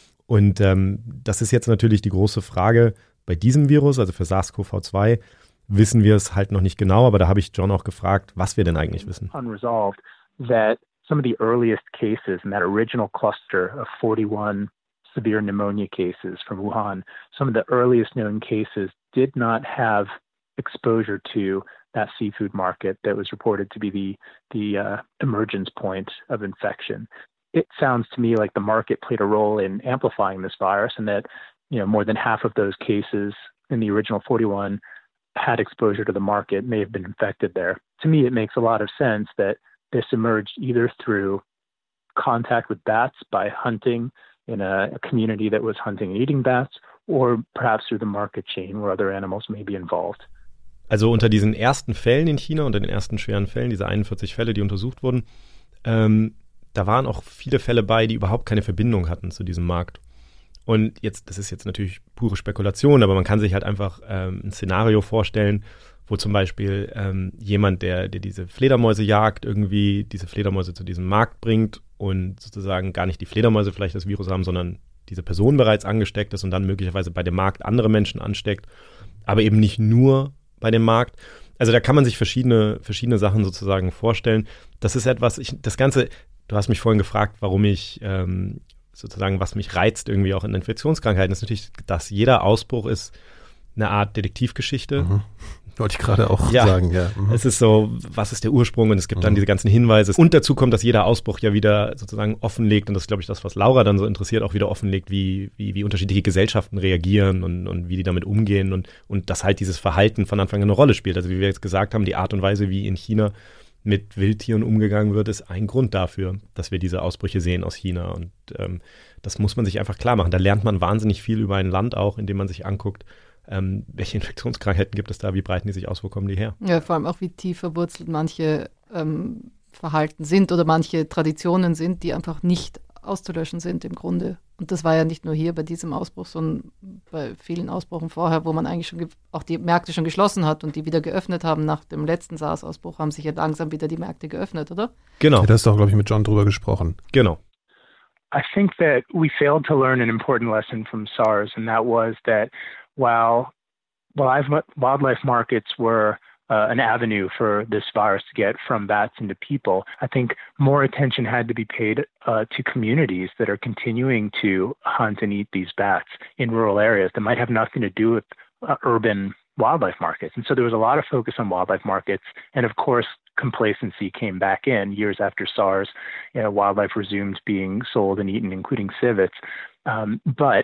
Und ähm, das ist jetzt natürlich die große Frage bei diesem Virus, also für SARS-C o V zwei, wissen wir es halt noch nicht genau, aber da habe ich John auch gefragt, was wir denn eigentlich wissen. Unresolved, that some of the earliest cases in that original cluster of forty-one severe pneumonia cases from Wuhan, some of the earliest known cases did not have exposure to that seafood market that was reported to be the the uh, emergence point of infection. It sounds to me like the market played a role in amplifying this virus, and that, you know, more than half of those cases in the original forty-one had exposure to the market, may have been infected there. To me, it makes a lot of sense that this emerged either through contact with bats by hunting in a, a community that was hunting and eating bats, or perhaps through the market chain where other animals may be involved. Also unter diesen ersten Fällen in China, unter den ersten schweren Fällen, diese einundvierzig Fälle, die untersucht wurden, ähm, da waren auch viele Fälle bei, die überhaupt keine Verbindung hatten zu diesem Markt. Und jetzt, das ist jetzt natürlich pure Spekulation, aber man kann sich halt einfach ähm, ein Szenario vorstellen, wo zum Beispiel ähm, jemand, der, der diese Fledermäuse jagt, irgendwie diese Fledermäuse zu diesem Markt bringt und sozusagen gar nicht die Fledermäuse vielleicht das Virus haben, sondern diese Person bereits angesteckt ist und dann möglicherweise bei dem Markt andere Menschen ansteckt, aber eben nicht nur bei dem Markt. Also da kann man sich verschiedene, verschiedene Sachen sozusagen vorstellen. Das ist etwas, ich, das Ganze, du hast mich vorhin gefragt, warum ich ähm, sozusagen, was mich reizt irgendwie auch in Infektionskrankheiten, ist natürlich, dass jeder Ausbruch ist eine Art Detektivgeschichte. Mhm. Wollte ich gerade auch ja, sagen, ja. Mhm. Es ist so, was ist der Ursprung, und es gibt dann mhm. diese ganzen Hinweise. Und dazu kommt, dass jeder Ausbruch ja wieder sozusagen offenlegt, und das ist, glaube ich, das, was Laura dann so interessiert, auch wieder offenlegt, wie, wie, wie unterschiedliche Gesellschaften reagieren und, und wie die damit umgehen, und, und dass halt dieses Verhalten von Anfang an eine Rolle spielt. Also wie wir jetzt gesagt haben, die Art und Weise, wie in China mit Wildtieren umgegangen wird, ist ein Grund dafür, dass wir diese Ausbrüche sehen aus China. Und ähm, das muss man sich einfach klar machen. Da lernt man wahnsinnig viel über ein Land auch, indem man sich anguckt, ähm, welche Infektionskrankheiten gibt es da, wie breiten die sich aus, wo kommen die her? Ja, vor allem auch, wie tief verwurzelt manche ähm, Verhalten sind oder manche Traditionen sind, die einfach nicht auszulöschen sind im Grunde. Und das war ja nicht nur hier bei diesem Ausbruch, sondern bei vielen Ausbrüchen vorher, wo man eigentlich schon ge- auch die Märkte schon geschlossen hat und die wieder geöffnet haben. Nach dem letzten SARS-Ausbruch haben sich ja langsam wieder die Märkte geöffnet, oder? Genau. Ja, das ist doch, glaube ich, mit John drüber gesprochen. Genau. I think that we failed to learn an important lesson from SARS, and that was that while wildlife markets were Uh, an avenue for this virus to get from bats into people, I think more attention had to be paid uh, to communities that are continuing to hunt and eat these bats in rural areas that might have nothing to do with uh, urban wildlife markets. And so there was a lot of focus on wildlife markets. And of course, complacency came back in years after SARS. You know, wildlife resumed being sold and eaten, including civets. Um, but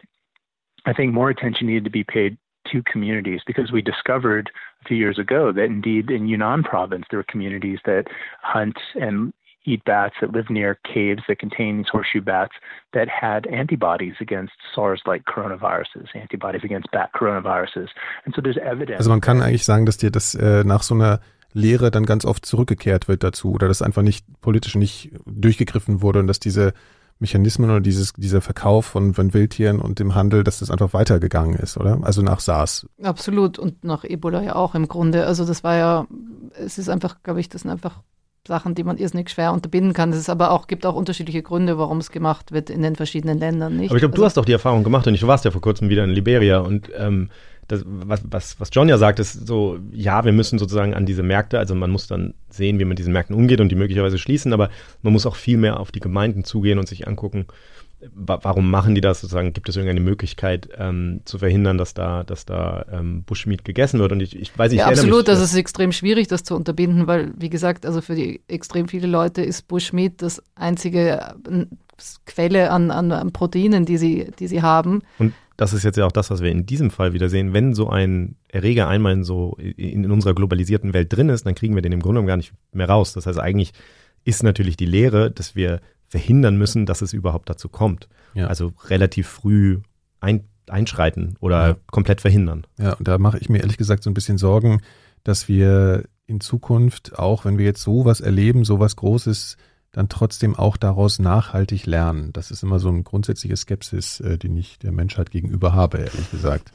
I think more attention needed to be paid to communities, because we discovered a few years ago that indeed in Yunnan province, there are communities that hunt and eat bats, that live near caves that contain these horseshoe bats, that had antibodies against SARS-like coronaviruses, antibodies against bat coronaviruses. And so there's evidence. Also man kann eigentlich sagen, dass dir das äh, nach so einer Lehre dann ganz oft zurückgekehrt wird dazu, oder dass einfach nicht politisch nicht durchgegriffen wurde und dass diese Mechanismen oder dieses, dieser Verkauf von, von Wildtieren und dem Handel, dass das einfach weitergegangen ist, oder? Also nach SARS. Absolut, und nach Ebola ja auch im Grunde. Also das war ja, es ist einfach, glaube ich, das sind einfach Sachen, die man irrsinnig schwer unterbinden kann. Es ist aber auch, gibt auch unterschiedliche Gründe, warum es gemacht wird in den verschiedenen Ländern, nicht? Aber ich glaube, also, du hast doch die Erfahrung gemacht und du warst ja vor kurzem wieder in Liberia und ähm, das, was, was, was John ja sagt, ist so, ja, wir müssen sozusagen an diese Märkte, also man muss dann sehen, wie man mit diesen Märkten umgeht und die möglicherweise schließen, aber man muss auch viel mehr auf die Gemeinden zugehen und sich angucken, wa- warum machen die das sozusagen, gibt es irgendeine Möglichkeit ähm, zu verhindern, dass da, dass da ähm, Bushmeat gegessen wird und ich, ich weiß nicht, ja, ich erinnere absolut, mich, das ist extrem schwierig, das zu unterbinden, weil, wie gesagt, also für die extrem viele Leute ist Bushmeat das einzige äh, Quelle an, an, an Proteinen, die sie, die sie haben. Und das ist jetzt ja auch das, was wir in diesem Fall wieder sehen. Wenn so ein Erreger einmal in so in, in unserer globalisierten Welt drin ist, dann kriegen wir den im Grunde genommen gar nicht mehr raus. Das heißt, eigentlich ist natürlich die Lehre, dass wir verhindern müssen, dass es überhaupt dazu kommt. Ja. Also relativ früh ein, einschreiten oder ja. komplett verhindern. Ja, und da mache ich mir ehrlich gesagt so ein bisschen Sorgen, dass wir in Zukunft, auch wenn wir jetzt sowas erleben, sowas Großes, dann trotzdem auch daraus nachhaltig lernen. Das ist immer so ein grundsätzlicher Skepsis, äh, den ich der Menschheit gegenüber habe, ehrlich gesagt.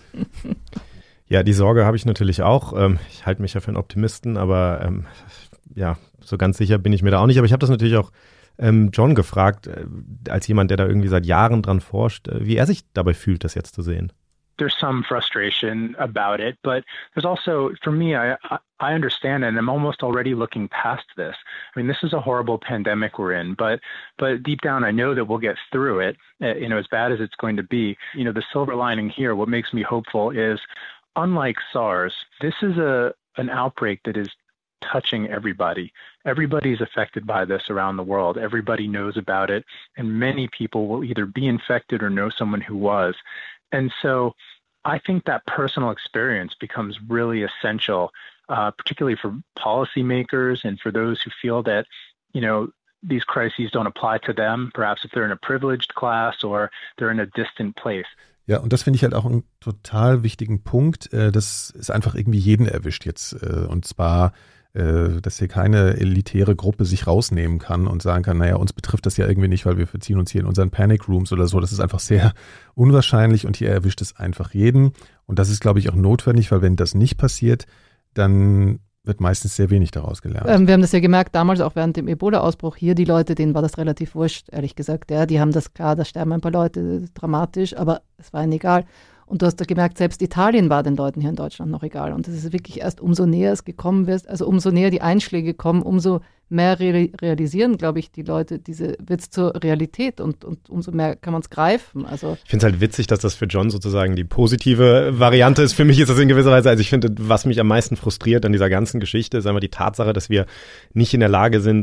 Ja, die Sorge habe ich natürlich auch. Ähm, ich halte mich ja für einen Optimisten, aber ähm, ja, so ganz sicher bin ich mir da auch nicht. Aber ich habe das natürlich auch ähm, John gefragt, äh, als jemand, der da irgendwie seit Jahren dran forscht, äh, wie er sich dabei fühlt, das jetzt zu sehen. There's some frustration about it, but there's also, for me, I I understand it, and I'm almost already looking past this. I mean, this is a horrible pandemic we're in, but but deep down, I know that we'll get through it. Uh, you know, as bad as it's going to be. You know, the silver lining here, what makes me hopeful is, unlike SARS, this is a an outbreak that is touching everybody. Everybody's affected by this around the world. Everybody knows about it, and many people will either be infected or know someone who was. And so I think that personal experience becomes really essential, uh, particularly for policymakers and for those who feel that, you know, these crises don't apply to them, perhaps if they're in a privileged class or they're in a distant place. Ja, und das finde ich halt auch einen total wichtigen Punkt. Das ist einfach irgendwie jeden erwischt jetzt. Und zwar, dass hier keine elitäre Gruppe sich rausnehmen kann und sagen kann, naja, uns betrifft das ja irgendwie nicht, weil wir verziehen uns hier in unseren Panic Rooms oder so. Das ist einfach sehr unwahrscheinlich und hier erwischt es einfach jeden. Und das ist, glaube ich, auch notwendig, weil wenn das nicht passiert, dann wird meistens sehr wenig daraus gelernt. Ähm, wir haben das ja gemerkt, damals auch während dem Ebola-Ausbruch hier, die Leute, denen war das relativ wurscht, ehrlich gesagt. Ja, die haben das, klar, da sterben ein paar Leute, dramatisch, aber es war ihnen egal. Und du hast da gemerkt, selbst Italien war den Leuten hier in Deutschland noch egal. Und das ist wirklich erst umso näher es gekommen wird, also umso näher die Einschläge kommen, umso mehr re- realisieren, glaube ich, die Leute, diese wird es zur Realität und, und umso mehr kann man es greifen. Also ich finde es halt witzig, dass das für John sozusagen die positive Variante ist. Für mich ist das in gewisser Weise, also ich finde, was mich am meisten frustriert an dieser ganzen Geschichte, ist einfach die Tatsache, dass wir nicht in der Lage sind,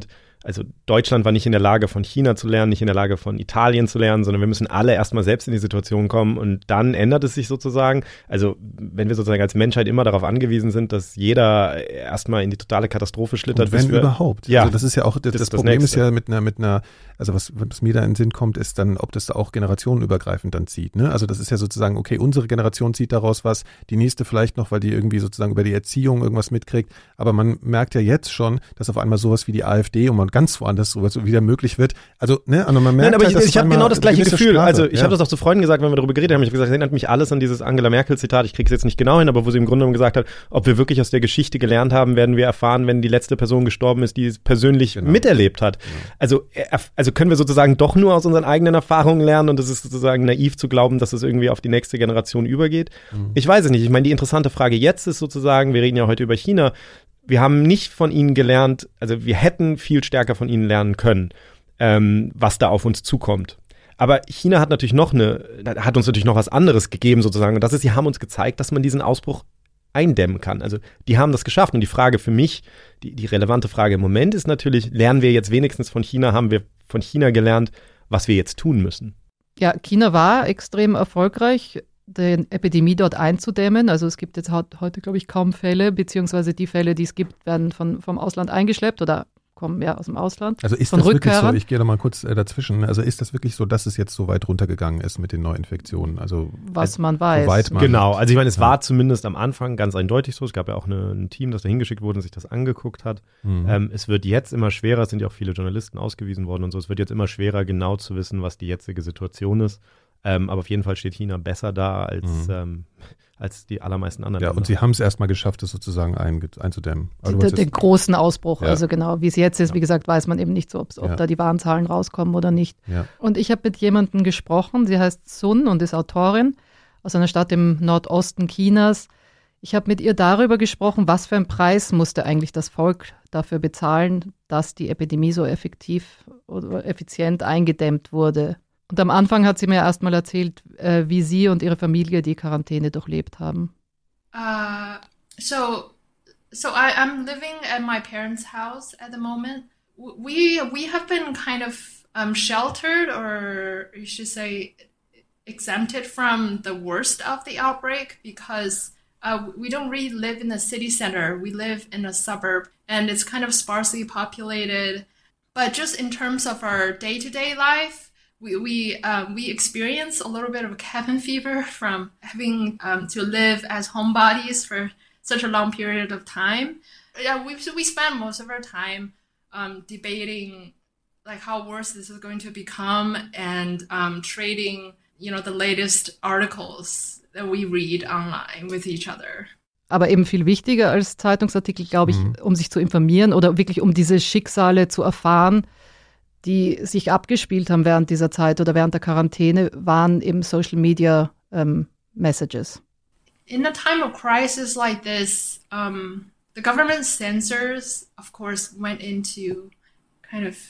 Also Deutschland war nicht in der Lage, von China zu lernen, nicht in der Lage, von Italien zu lernen, sondern wir müssen alle erstmal selbst in die Situation kommen und dann ändert es sich sozusagen. Also wenn wir sozusagen als Menschheit immer darauf angewiesen sind, dass jeder erstmal in die totale Katastrophe schlittert. Und wenn wir, überhaupt. Ja, also das ist ja auch, das, das, das das Problem Nächste. ist ja mit einer, mit einer, also was, was mir da in den Sinn kommt, ist dann, ob das da auch generationenübergreifend dann zieht. Ne? Also das ist ja sozusagen, okay, unsere Generation zieht daraus was, die nächste vielleicht noch, weil die irgendwie sozusagen über die Erziehung irgendwas mitkriegt. Aber man merkt ja jetzt schon, dass auf einmal sowas wie die AfD und man ganz woanders sowas wieder möglich wird. Also, ne, also man merkt Nein, aber halt, ich, dass ich habe einmal genau das gleiche gewisse Gefühl. Sprache, Also ich ja. habe das auch zu Freunden gesagt, wenn wir darüber geredet haben. Ich habe gesagt, es erinnert mich alles an dieses Angela Merkel-Zitat. Ich kriege es jetzt nicht genau hin, aber wo sie im Grunde genommen gesagt hat, ob wir wirklich aus der Geschichte gelernt haben, werden wir erfahren, wenn die letzte Person gestorben ist, die es persönlich Genau. miterlebt hat. Genau. Also, also können wir sozusagen doch nur aus unseren eigenen Erfahrungen lernen und es ist sozusagen naiv zu glauben, dass es irgendwie auf die nächste Generation übergeht. Mhm. Ich weiß es nicht. Ich meine, die interessante Frage jetzt ist sozusagen, wir reden ja heute über China, wir haben nicht von ihnen gelernt, also wir hätten viel stärker von ihnen lernen können, ähm, was da auf uns zukommt. Aber China hat natürlich noch eine, hat uns natürlich noch was anderes gegeben sozusagen. Und das ist, sie haben uns gezeigt, dass man diesen Ausbruch eindämmen kann. Also die haben das geschafft. Und die Frage für mich, die, die relevante Frage im Moment ist natürlich, lernen wir jetzt wenigstens von China, haben wir von China gelernt, was wir jetzt tun müssen? Ja, China war extrem erfolgreich, die Epidemie dort einzudämmen. Also es gibt jetzt heute, glaube ich, kaum Fälle, beziehungsweise die Fälle, die es gibt, werden von, vom Ausland eingeschleppt oder kommen ja aus dem Ausland. Also ist von das Rückkehrern. wirklich so? Ich gehe da mal kurz äh, dazwischen. Also ist das wirklich so, dass es jetzt so weit runtergegangen ist mit den Neuinfektionen? Also was man weiß. Soweit man, genau, also ich meine, es ja. war zumindest am Anfang ganz eindeutig so. Es gab ja auch eine, ein Team, das da hingeschickt wurde und sich das angeguckt hat. Mhm. Ähm, es wird jetzt immer schwerer, es sind ja auch viele Journalisten ausgewiesen worden und so. Es wird jetzt immer schwerer, genau zu wissen, was die jetzige Situation ist. Ähm, aber auf jeden Fall steht China besser da als, mhm. ähm, als die allermeisten anderen Ja, Länder. und sie haben es erstmal geschafft, das sozusagen ein, einzudämmen. Also den, den großen Ausbruch, ja. also genau, wie es jetzt ist, ja. wie gesagt, weiß man eben nicht so, ob ja. da die Warnzahlen rauskommen oder nicht. Ja. Und ich habe mit jemandem gesprochen, sie heißt Sun und ist Autorin aus einer Stadt im Nordosten Chinas. Ich habe mit ihr darüber gesprochen, was für einen Preis musste eigentlich das Volk dafür bezahlen, dass die Epidemie so effektiv oder effizient eingedämmt wurde. Und am Anfang hat sie mir erst mal erzählt, äh, wie sie und ihre Familie die Quarantäne durchlebt haben. Uh, so, so I, I'm living at my parents' house at the moment. We we have been kind of um, sheltered, or you should say, exempted from the worst of the outbreak because uh, we don't really live in the city center. We live in a suburb, and it's kind of sparsely populated. But just in terms of our day-to-day life, we we um, we experience a little bit of cabin fever from having um, to live as homebodies for such a long period of time. Yeah, we we spend most of our time um, debating like how worse this is going to become and um, trading, you know, the latest articles that we read online with each other. Aber eben viel wichtiger als Zeitungsartikel, glaube ich, mhm. um sich zu informieren oder wirklich um diese Schicksale zu erfahren, die sich abgespielt haben während dieser Zeit oder während der Quarantäne, waren eben Social Media um, Messages. In a time of crisis like this, um, the government censors, of course, went into kind of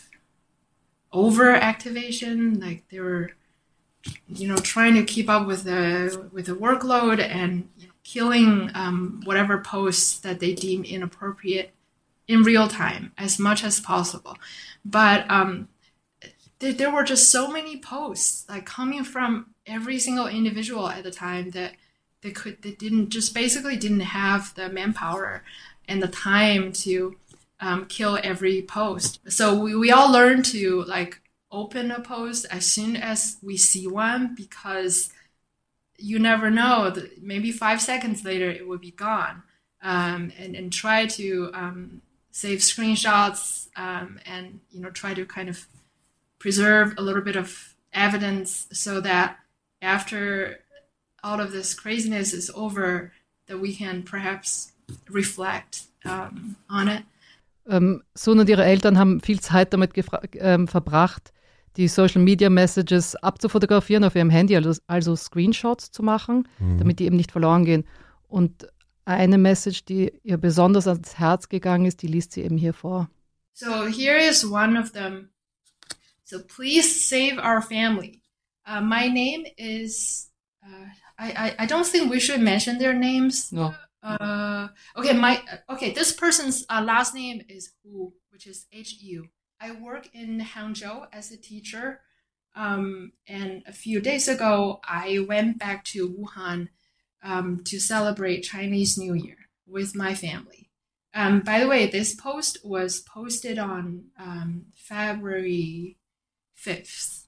overactivation, like they were, you know, trying to keep up with the with the workload and you know, killing um, whatever posts that they deem inappropriate in real time as much as possible. But um, there, there were just so many posts like coming from every single individual at the time that they could they didn't just basically didn't have the manpower and the time to um, kill every post. So we, we all learned to like open a post as soon as we see one because you never know that maybe five seconds later it will be gone. Um, and, and try to um, save screenshots um, and, you know, try to kind of preserve a little bit of evidence so that after all of this craziness is over, that we can perhaps reflect um, on it. Ähm, Sun und ihre Eltern haben viel Zeit damit gefra- ähm, verbracht, die Social Media Messages abzufotografieren auf ihrem Handy, also, also Screenshots zu machen, mhm. damit die eben nicht verloren gehen. Und eine Message, die ihr besonders ans Herz gegangen ist, die liest sie eben hier vor. So here is one of them. So please save our family. Uh, my name is, uh, I, I, I don't think we should mention their names. No. Uh, okay, my, okay, this person's uh, last name is Hu, which is H U. I work in Hangzhou as a teacher. Um, and a few days ago, I went back to Wuhan um, to celebrate Chinese New Year with my family. Um, by the way, this post was posted on um, February fifth.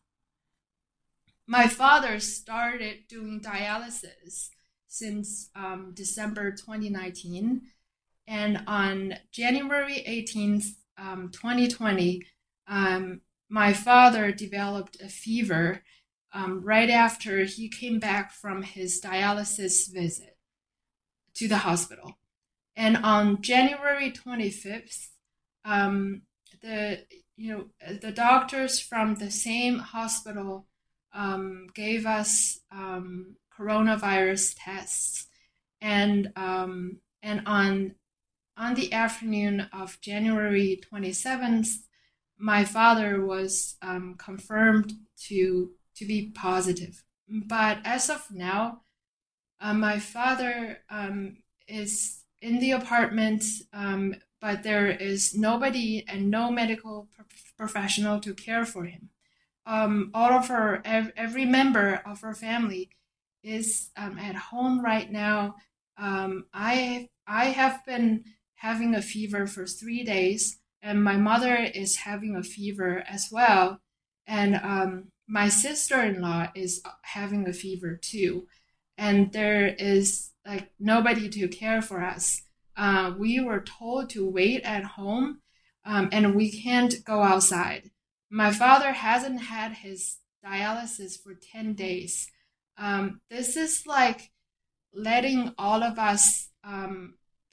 My father started doing dialysis since um, December twenty nineteen. And on January eighteenth, um, twenty twenty, um, my father developed a fever um, right after he came back from his dialysis visit to the hospital. And on January twenty-fifth, um, the you know the doctors from the same hospital um, gave us um, coronavirus tests, and um, and on on the afternoon of January twenty-seventh, my father was um, confirmed to to be positive. But as of now, uh, my father um, is in the apartment, um, but there is nobody and no medical pro- professional to care for him. Um, all of our, ev- every member of our family is um, at home right now. Um, I I have been having a fever for three days, and my mother is having a fever as well, and um, my sister-in-law is having a fever too, and there is like nobody to care for us. Uh, we were told to wait at home, um, and we can't go outside. My father hasn't had his dialysis for ten days. Um, this is like letting all of us um,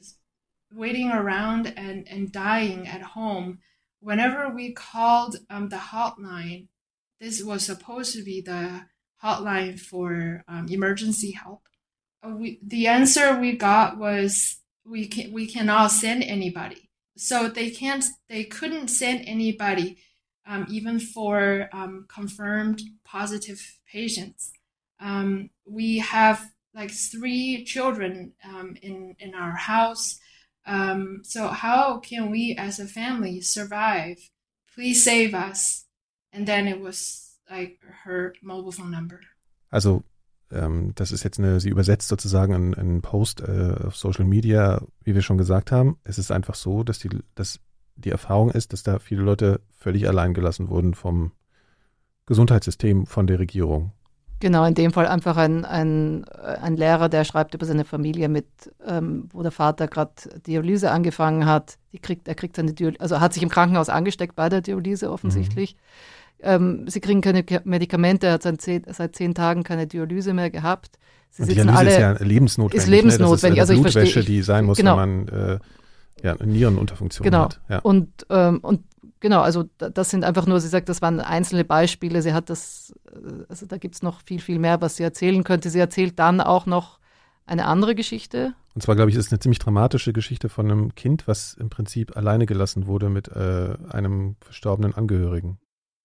waiting around and, and dying at home. Whenever we called um, the hotline, this was supposed to be the hotline for um, emergency help. Uh, we, the answer we got was we can we cannot send anybody. So they can't they couldn't send anybody, um, even for um, confirmed positive patients. Um, we have like three children um, in in our house. Um, so how can we as a family survive? Please save us. And then it was like her mobile phone number. Also ähm, das ist jetzt eine, sie übersetzt sozusagen einen, einen Post äh, auf Social Media, wie wir schon gesagt haben. Es ist einfach so, dass die, dass die Erfahrung ist, dass da viele Leute völlig allein gelassen wurden vom Gesundheitssystem, von der Regierung. Genau, in dem Fall einfach ein, ein, ein Lehrer, der schreibt über seine Familie mit, ähm, wo der Vater gerade Dialyse angefangen hat. Die kriegt, er kriegt seine Dialyse, also hat sich im Krankenhaus angesteckt bei der Dialyse offensichtlich. Mhm. Ähm, sie kriegen keine Medikamente, er hat seit zehn, seit zehn Tagen keine Dialyse mehr gehabt. Sie Und sitzen Dialyse alle, ist ja lebensnotwendig. Ist lebensnotwendig. Ne? Das ist eine also Blutwäsche, ich verstehe, die sein muss, genau. wenn man äh, ja, eine Nierenunterfunktion genau. hat. Ja. Und, ähm, und genau, also das sind einfach nur, sie sagt, das waren einzelne Beispiele. Sie hat das, also da gibt es noch viel, viel mehr, was sie erzählen könnte. Sie erzählt dann auch noch eine andere Geschichte. Und zwar, glaube ich, ist es eine ziemlich dramatische Geschichte von einem Kind, was im Prinzip alleine gelassen wurde mit äh, einem verstorbenen Angehörigen.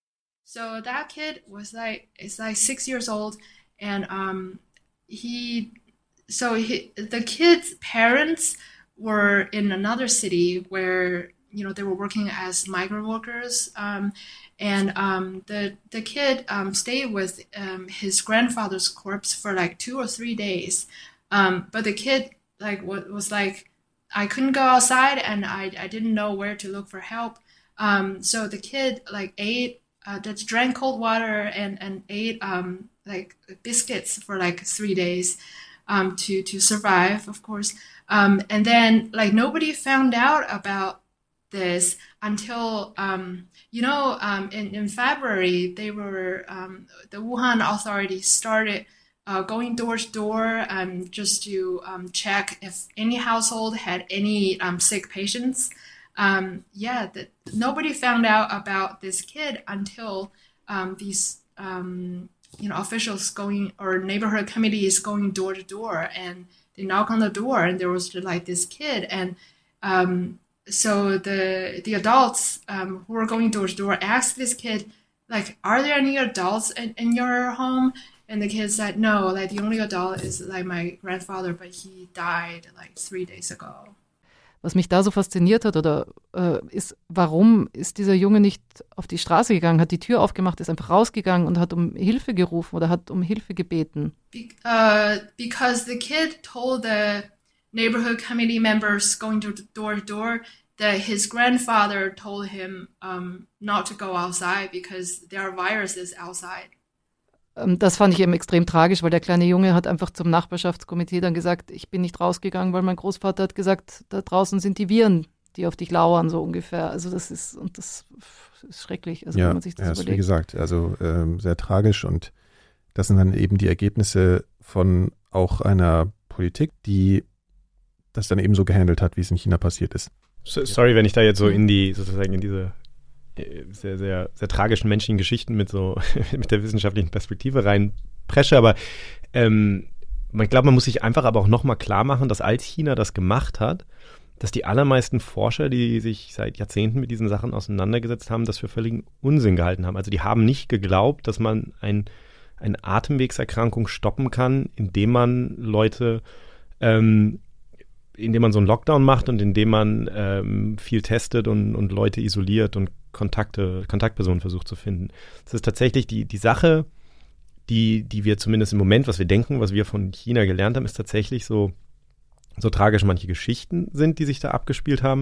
So that kid was like, it's like six years old, and um, he, so he, the kid's parents were in another city where, you know, they were working as migrant workers, um, and um, the the kid um, stayed with um, his grandfather's corpse for like two or three days, um, but the kid like was like, I couldn't go outside, and I I didn't know where to look for help, um, so the kid like ate. Uh, just drank cold water and, and ate um, like biscuits for like three days um, to to survive, of course. Um, and then like nobody found out about this until um, you know um, in in February they were um, the Wuhan authorities started uh, going door to door um, just to um, check if any household had any um, sick patients. Um, yeah, that nobody found out about this kid until um, these, um, you know, officials going or neighborhood committees going door to door, and they knock on the door, and there was like this kid, and um, so the the adults um, who were going door to door asked this kid, like, "Are there any adults in, in your home?" And the kid said, "No, like the only adult is like my grandfather, but he died like three days ago." was mich da so fasziniert hat, oder äh, ist, warum ist dieser Junge nicht auf die Straße gegangen, hat die Tür aufgemacht, ist einfach rausgegangen und hat um Hilfe gerufen oder hat um Hilfe gebeten? Be- uh, because the kid told the neighborhood committee members going to door to door that his grandfather told him um, not to go outside because there are viruses outside. Das fand ich eben extrem tragisch, weil der kleine Junge hat einfach zum Nachbarschaftskomitee dann gesagt, ich bin nicht rausgegangen, weil mein Großvater hat gesagt, da draußen sind die Viren, die auf dich lauern, so ungefähr. Also das ist, und das ist schrecklich, also ja, wenn man sich das ja, überlegt. Wie gesagt, also ähm, sehr tragisch, und das sind dann eben die Ergebnisse von auch einer Politik, die das dann eben so gehandelt hat, wie es in China passiert ist. So, sorry, wenn ich da jetzt so in die, sozusagen in diese sehr, sehr, sehr tragischen menschlichen Geschichten mit so, mit der wissenschaftlichen Perspektive reinpresche, aber ähm, ich glaube, man muss sich einfach aber auch nochmal klar machen, dass als China das gemacht hat, dass die allermeisten Forscher, die sich seit Jahrzehnten mit diesen Sachen auseinandergesetzt haben, das für völligen Unsinn gehalten haben. Also die haben nicht geglaubt, dass man ein, eine Atemwegserkrankung stoppen kann, indem man Leute ähm, indem man so einen Lockdown macht und indem man ähm, viel testet und, und Leute isoliert und Kontakte, Kontaktpersonen versucht zu finden. Das ist tatsächlich die, die Sache, die, die wir zumindest im Moment, was wir denken, was wir von China gelernt haben, ist tatsächlich so, so tragisch manche Geschichten sind, die sich da abgespielt haben.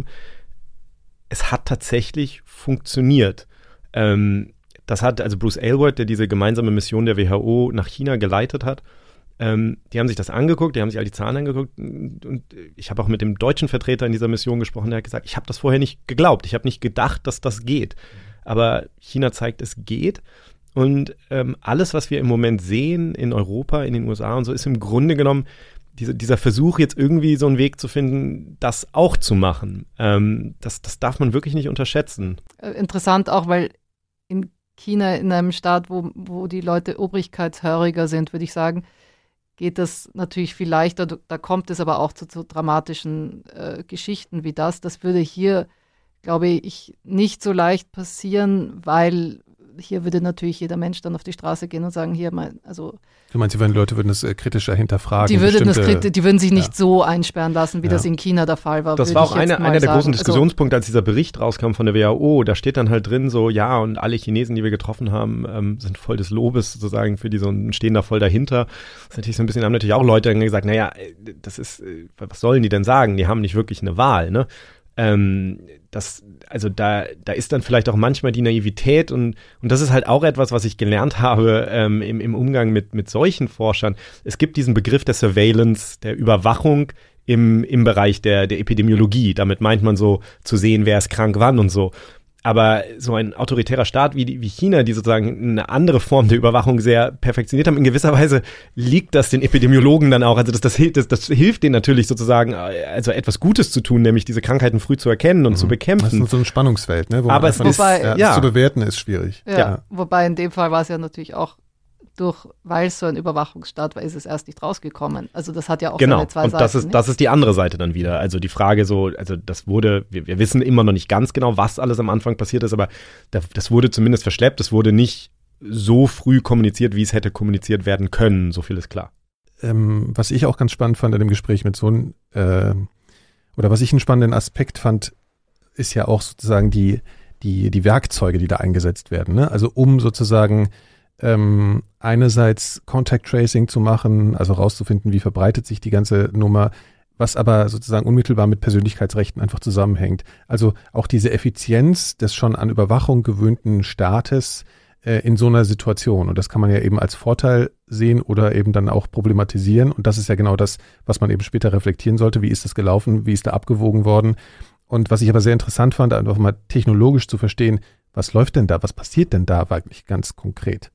Es hat tatsächlich funktioniert. Ähm, das hat also Bruce Aylward, der diese gemeinsame Mission der W H O nach China geleitet hat, Ähm, die haben sich das angeguckt, die haben sich all die Zahlen angeguckt, und ich habe auch mit dem deutschen Vertreter in dieser Mission gesprochen, der hat gesagt, ich habe das vorher nicht geglaubt, ich habe nicht gedacht, dass das geht. Aber China zeigt, es geht, und ähm, alles, was wir im Moment sehen in Europa, in den U S A und so, ist im Grunde genommen diese, dieser Versuch, jetzt irgendwie so einen Weg zu finden, das auch zu machen. Ähm, das, das darf man wirklich nicht unterschätzen. Interessant auch, weil in China, in einem Staat, wo, wo die Leute obrigkeitshöriger sind, würde ich sagen, geht das natürlich viel leichter. Da kommt es aber auch zu, zu dramatischen äh, Geschichten wie das. Das würde hier, glaube ich, nicht so leicht passieren, weil hier würde natürlich jeder Mensch dann auf die Straße gehen und sagen, hier mal, also Du meinst, die Leute würden das äh, kritischer hinterfragen? Die würden, das, die würden sich nicht ja. so einsperren lassen, wie ja. das in China der Fall war. Das war auch eine, einer der großen Diskussionspunkte, als dieser Bericht rauskam von der W H O. Da steht dann halt drin so, ja, und alle Chinesen, die wir getroffen haben, ähm, sind voll des Lobes sozusagen für die, so stehen da voll dahinter. Das ist natürlich so ein bisschen, haben natürlich auch Leute gesagt, naja, das ist, was sollen die denn sagen? Die haben nicht wirklich eine Wahl, ne? Ähm, das, also da, da ist dann vielleicht auch manchmal die Naivität, und, und das ist halt auch etwas, was ich gelernt habe ähm, im, im Umgang mit, mit solchen Forschern. Es gibt diesen Begriff der Surveillance, der Überwachung im, im Bereich der, der Epidemiologie. Damit meint man so zu sehen, wer ist krank wann und so. Aber so ein autoritärer Staat wie, die, wie China, die sozusagen eine andere Form der Überwachung sehr perfektioniert haben, in gewisser Weise liegt das den Epidemiologen dann auch. Also das, das, das, das hilft denen natürlich sozusagen, also etwas Gutes zu tun, nämlich diese Krankheiten früh zu erkennen und mhm. zu bekämpfen. Das ist so ein Spannungsfeld, ne? Wo Aber es ist, wobei, ja, ja. das zu bewerten ist schwierig. Ja, ja. Wobei in dem Fall war es ja natürlich auch durch, weil es so ein Überwachungsstaat war, ist es erst nicht rausgekommen. Also das hat ja auch genau. seine zwei und Seiten. Das ist, das ist die andere Seite dann wieder. Also die Frage so, also das wurde, wir, wir wissen immer noch nicht ganz genau, was alles am Anfang passiert ist, aber das, das wurde zumindest verschleppt. Es wurde nicht so früh kommuniziert, wie es hätte kommuniziert werden können. So viel ist klar. Ähm, was ich auch ganz spannend fand in dem Gespräch mit so einem, äh, oder was ich einen spannenden Aspekt fand, ist ja auch sozusagen die, die, die Werkzeuge, die da eingesetzt werden. Ne? Also um sozusagen Ähm, einerseits Contact Tracing zu machen, also rauszufinden, wie verbreitet sich die ganze Nummer, was aber sozusagen unmittelbar mit Persönlichkeitsrechten einfach zusammenhängt. Also auch diese Effizienz des schon an Überwachung gewöhnten Staates äh, in so einer Situation. Und das kann man ja eben als Vorteil sehen oder eben dann auch problematisieren. Und das ist ja genau das, was man eben später reflektieren sollte. Wie ist das gelaufen? Wie ist da abgewogen worden? Und was ich aber sehr interessant fand, einfach mal technologisch zu verstehen, was läuft denn da? Was passiert denn da eigentlich ganz konkret?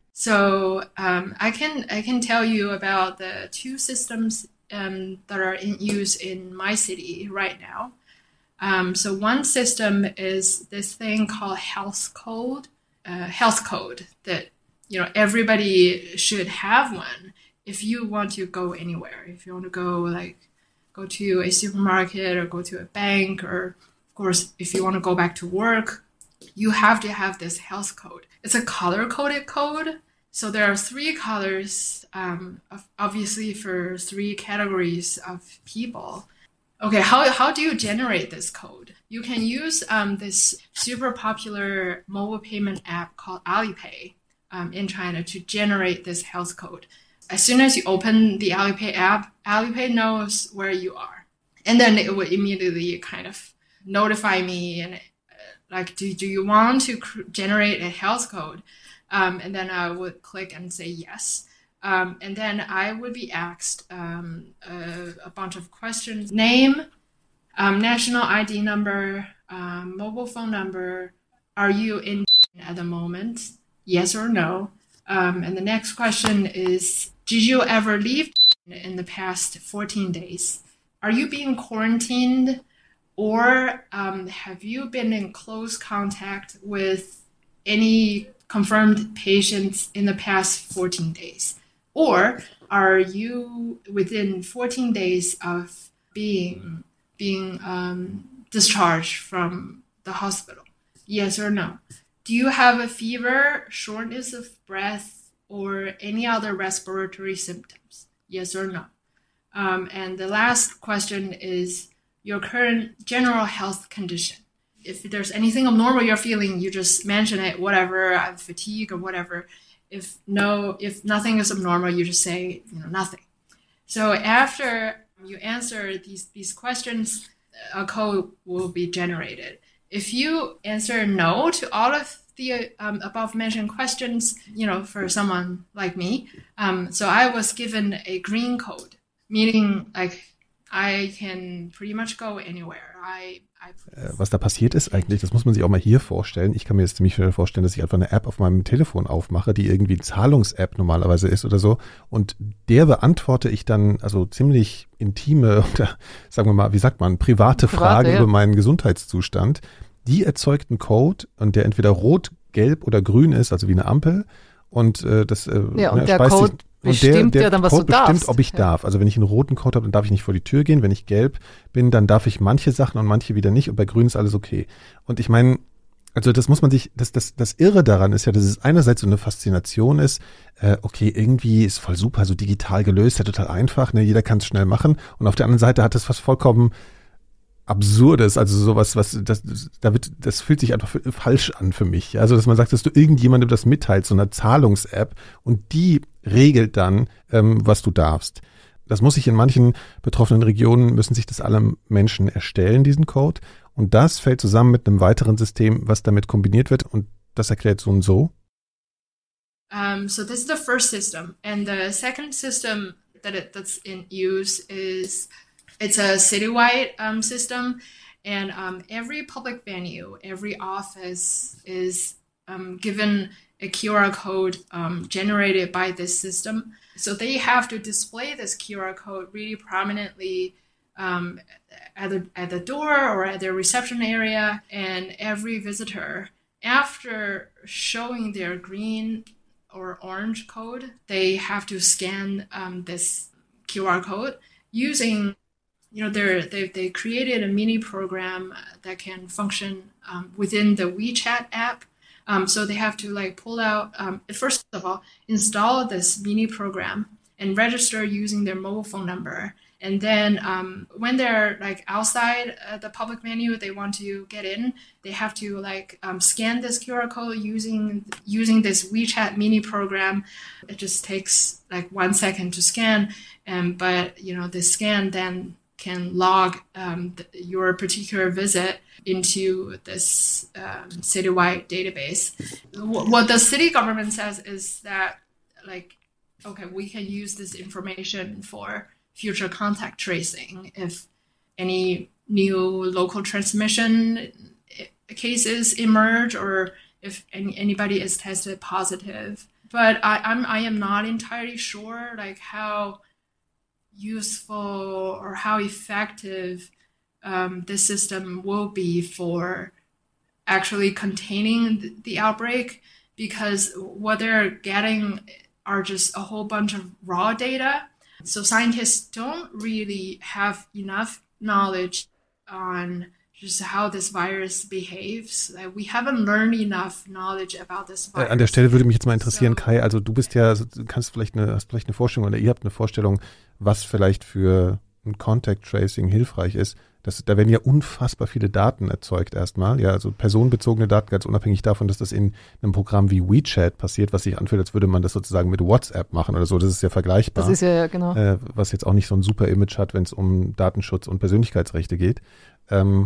So um, I can I can tell you about the two systems um, that are in use in my city right now. Um, so one system is this thing called Health Code, uh, Health Code that you know everybody should have one if you want to go anywhere. If you want to go like go to a supermarket or go to a bank, or of course if you want to go back to work, you have to have this health code. It's a color-coded code. So there are three colors, um, obviously for three categories of people. Okay, how, how do you generate this code? You can use um, this super popular mobile payment app called Alipay um, in China to generate this health code. As soon as you open the Alipay app, Alipay knows where you are. And then it would immediately kind of notify me and uh, like, do, do you want to cr- generate a health code? Um, and then I would click and say yes. Um, and then I would be asked um, a, a bunch of questions: name, um, national I D number, um, mobile phone number. Are you in at the moment? Yes or no. Um, and the next question is: did you ever leave in the past fourteen days? Are you being quarantined, or um, have you been in close contact with any confirmed patients in the past fourteen days? Or are you within fourteen days of being being um, discharged from the hospital? Yes or no? Do you have a fever, shortness of breath, or any other respiratory symptoms? Yes or no? Um, and the last question is your current general health condition. If there's anything abnormal you're feeling, you just mention it, whatever, I'm fatigue or whatever. If no, if nothing is abnormal, you just say, you know, nothing. So after you answer these, these questions, a code will be generated. If you answer no to all of the um, above mentioned questions, you know, for someone like me, um, so I was given a green code, meaning like I can pretty much go anywhere. I Was da passiert ist eigentlich, das muss man sich auch mal hier vorstellen. Ich kann mir jetzt ziemlich schnell vorstellen, dass ich einfach eine App auf meinem Telefon aufmache, die irgendwie eine Zahlungs-App normalerweise ist oder so. Und der beantworte ich dann also ziemlich intime oder sagen wir mal, wie sagt man, private, private Fragen ja. über meinen Gesundheitszustand. Die erzeugt einen Code und der entweder rot, gelb oder grün ist, also wie eine Ampel. Und äh, das äh, ja, und ne, der speist Code sich, bestimmt und der, der ja dann, was Code du darfst. bestimmt, ob ich ja. darf. Also wenn ich einen roten Code habe, dann darf ich nicht vor die Tür gehen. Wenn ich gelb bin, dann darf ich manche Sachen und manche wieder nicht. Und bei grün ist alles okay. Und ich meine, also das muss man sich, das, das, das Irre daran ist ja, dass es einerseits so eine Faszination ist, äh, okay, irgendwie ist voll super, so digital gelöst, ja total einfach, ne, jeder kann es schnell machen. Und auf der anderen Seite hat es was vollkommen Absurdes, also sowas, was das, da wird, das fühlt sich einfach falsch an für mich. Also, dass man sagt, dass du irgendjemandem das mitteilst, so einer Zahlungs-App, und die regelt dann, ähm, was du darfst. Das muss sich in manchen betroffenen Regionen, müssen sich das alle Menschen erstellen, diesen Code. Und das fällt zusammen mit einem weiteren System, was damit kombiniert wird, und das erklärt so und so. Um, so this is the first system. And the second system that it, that's in use is it's a citywide um, system, and um, every public venue, every office is um, given a Q R code um, generated by this system. So they have to display this Q R code really prominently um, at the at the door or at their reception area, and every visitor, after showing their green or orange code, they have to scan um, this Q R code using, you know, they're, they they created a mini program that can function um, within the WeChat app. Um, so they have to like pull out, um, first of all, install this mini program and register using their mobile phone number. And then um, when they're like outside uh, the public menu, they want to get in, they have to like um, scan this Q R code using using this WeChat mini program. It just takes like one second to scan, um, but you know the scan then can log um, the, your particular visit into this um, citywide database. W- what the city government says is that like, okay, we can use this information for future contact tracing if any new local transmission cases emerge or if any, anybody is tested positive. But I, I'm I am not entirely sure like how useful or how effective um, this system will be for actually containing the, the outbreak, because what they're getting are just a whole bunch of raw data. So scientists don't really have enough knowledge on just how this virus behaves. We haven't learned enough knowledge about this virus. An der Stelle würde mich jetzt mal interessieren, so, Kai, also du bist ja, kannst vielleicht eine, hast vielleicht eine Vorstellung oder ihr habt eine Vorstellung, was vielleicht für ein Contact Tracing hilfreich ist, das, da werden ja unfassbar viele Daten erzeugt erstmal, ja, also personenbezogene Daten, ganz unabhängig davon, dass das in einem Programm wie WeChat passiert, was sich anfühlt, als würde man das sozusagen mit WhatsApp machen oder so, das ist ja vergleichbar. Das ist ja, genau. Äh, was jetzt auch nicht so ein super Image hat, wenn es um Datenschutz und Persönlichkeitsrechte geht. Ähm,